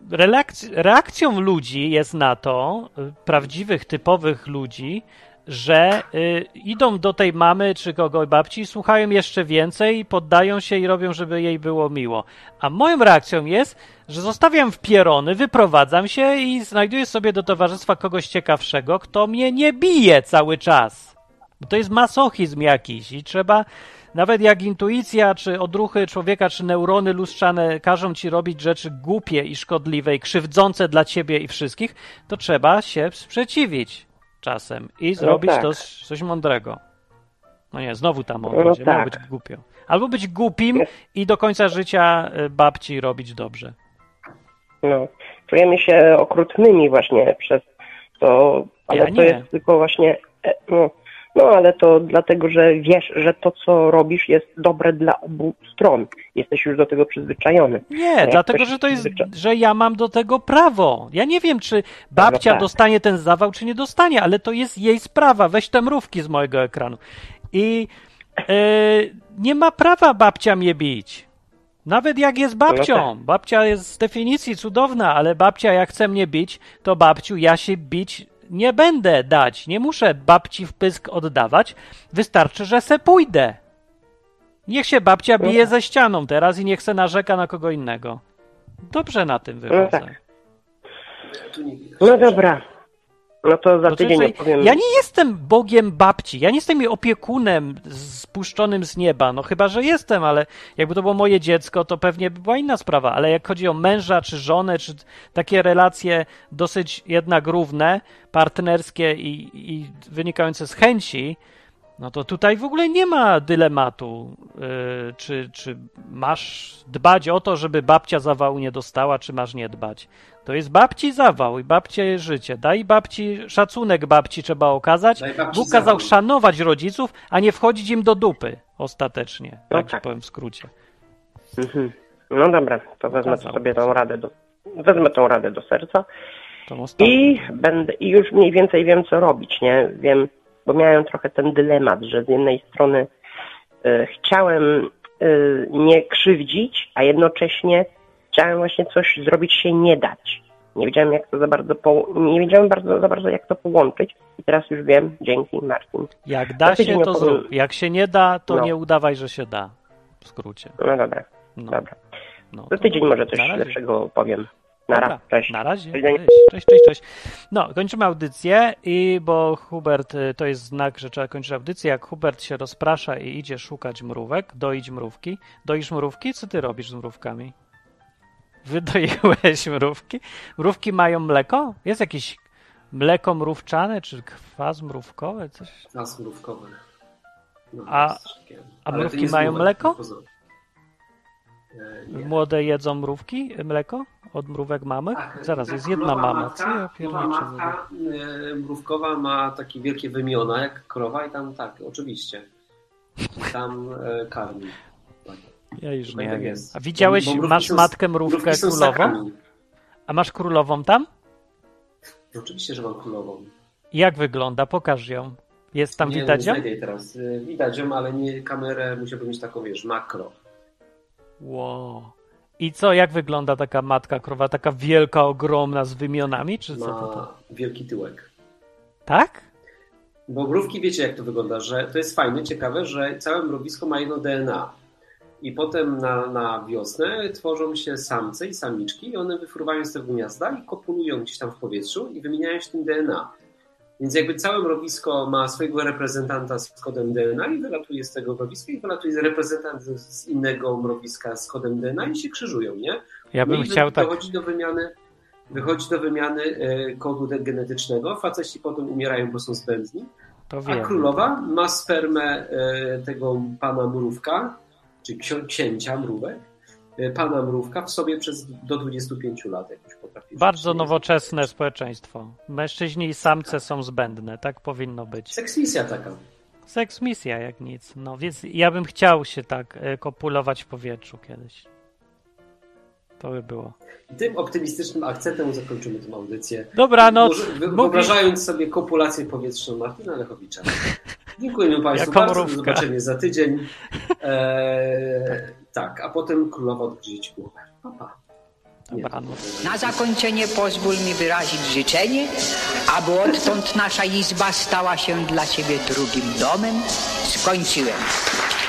reakcją ludzi jest na to, prawdziwych, typowych ludzi, że idą do tej mamy czy kogoś babci, słuchają jeszcze więcej, poddają się i robią, żeby jej było miło. A moją reakcją jest, że zostawiam wpierony, wyprowadzam się i znajduję sobie do towarzystwa kogoś ciekawszego, kto mnie nie bije cały czas. Bo to jest masochizm jakiś i trzeba, nawet jak intuicja, czy odruchy człowieka, czy neurony lustrzane każą ci robić rzeczy głupie i szkodliwe i krzywdzące dla ciebie i wszystkich, to trzeba się sprzeciwić czasem i zrobić to coś mądrego. No nie, znowu ta mądrość, miało być głupio. Albo być głupim i do końca życia babci robić dobrze. No, czujemy się okrutnymi właśnie przez to, ale to jest tylko właśnie, no ale to dlatego, że wiesz, że to, co robisz, jest dobre dla obu stron. Jesteś już do tego przyzwyczajony. Nie, dlatego, że to jest, że ja mam do tego prawo. Ja nie wiem, czy babcia dostanie ten zawał, czy nie dostanie, ale to jest jej sprawa. Weź te mrówki z mojego ekranu. I Nie ma prawa babcia mnie bić. Nawet jak jest babcią. Babcia jest z definicji cudowna, ale babcia jak chce mnie bić, to babciu, ja się bić nie będę dać. Nie muszę babci w pysk oddawać. Wystarczy, że se pójdę. Niech się babcia bije ze ścianą teraz i niech se narzeka na kogo innego. Dobrze na tym wychodzę. No dobra. No to za tydzień opowiem. Ja nie jestem Bogiem babci. Ja nie jestem jej opiekunem spuszczonym z nieba. No chyba, że jestem, ale jakby to było moje dziecko, to pewnie by była inna sprawa. Ale jak chodzi o męża, czy żonę, czy takie relacje dosyć jednak równe, partnerskie i wynikające z chęci, no to tutaj w ogóle nie ma dylematu, czy masz dbać o to, żeby babcia zawału nie dostała, czy masz nie dbać. To jest babci zawał i babcie życie. Daj babci, szacunek babci trzeba okazać. Bóg kazał szanować rodziców, a nie wchodzić im do dupy ostatecznie. Tak ci powiem w skrócie. No dobra, to wezmę sobie tą radę do serca i już mniej więcej wiem, co robić, nie? Wiem, bo miałem trochę ten dylemat, że z jednej strony chciałem nie krzywdzić, a jednocześnie chciałem właśnie coś zrobić się nie dać. Nie wiedziałem jak to za bardzo jak to połączyć i teraz już wiem, dzięki Martin. Jak da się, to zrób. Jak się nie da, to nie udawaj, że się da. W skrócie. No dobra. Dobra. Za tydzień może coś lepszego powiem. Cześć. Na razie. Cześć. No, kończymy audycję bo Hubert, to jest znak, że trzeba kończyć audycję. Jak Hubert się rozprasza i idzie szukać mrówek, doić mrówki. Doisz mrówki? Co ty robisz z mrówkami? Wydoiłeś mrówki? Mrówki mają mleko? Jest jakieś mleko mrówczane, czy kwas mrówkowy? Coś? Kwas mrówkowy. No, a mrówki mają mleko? Młode jedzą mrówki? Mleko? Od mrówek mamy? Zaraz, jest jedna mama. Co ja pierniczę? Mrówkowa ma takie wielkie wymiona jak krowa i tam oczywiście. Tam karmi. Ja już nie wiem. A widziałeś, masz matkę mrówkę królową? A masz królową tam? Oczywiście, że mam królową. Jak wygląda? Pokaż ją. Jest tam widać ją? Nie teraz. Widać ją, ale nie kamerę, musiałbym mieć taką, makro. Wow. I co, jak wygląda taka matka krowa? Taka wielka, ogromna, z wymionami? Czy co to? Wielki tyłek. Tak? Bo mrówki, wiecie jak to wygląda, że to jest fajne, ciekawe, że całe mrowisko ma jedno DNA. I potem na wiosnę tworzą się samce i samiczki i one wyfruwają z tego gniazda i kopulują gdzieś tam w powietrzu i wymieniają się tym DNA. Więc jakby całe mrowisko ma swojego reprezentanta z kodem DNA i wylatuje z tego mrowiska i wylatuje reprezentant z innego mrowiska z kodem DNA i się krzyżują, nie? Ja bym chciał tak... Wychodzi do wymiany kodu genetycznego, faceci potem umierają, bo są zbędni, a królowa ma spermę tego pana mrówka, czy księcia mrówek, pana mrówka w sobie do 25 lat. Jak już potrafi. Bardzo nowoczesne społeczeństwo. Mężczyźni i samce są zbędne. Tak powinno być. Seksmisja taka. Seksmisja jak nic. No więc ja bym chciał się tak kopulować w powietrzu kiedyś. To by było. I tym optymistycznym akcentem zakończymy tę audycję. Dobranoc. Wyobrażając sobie kopulację powietrzną Martina Lechowicza. Dziękujemy Państwu bardzo. Do zobaczenia za tydzień. Tak, a potem królowa odgryzie ci głowę. Pa, pa. Na zakończenie pozwól mi wyrazić życzenie, aby odtąd nasza izba stała się dla Ciebie drugim domem. Skończyłem.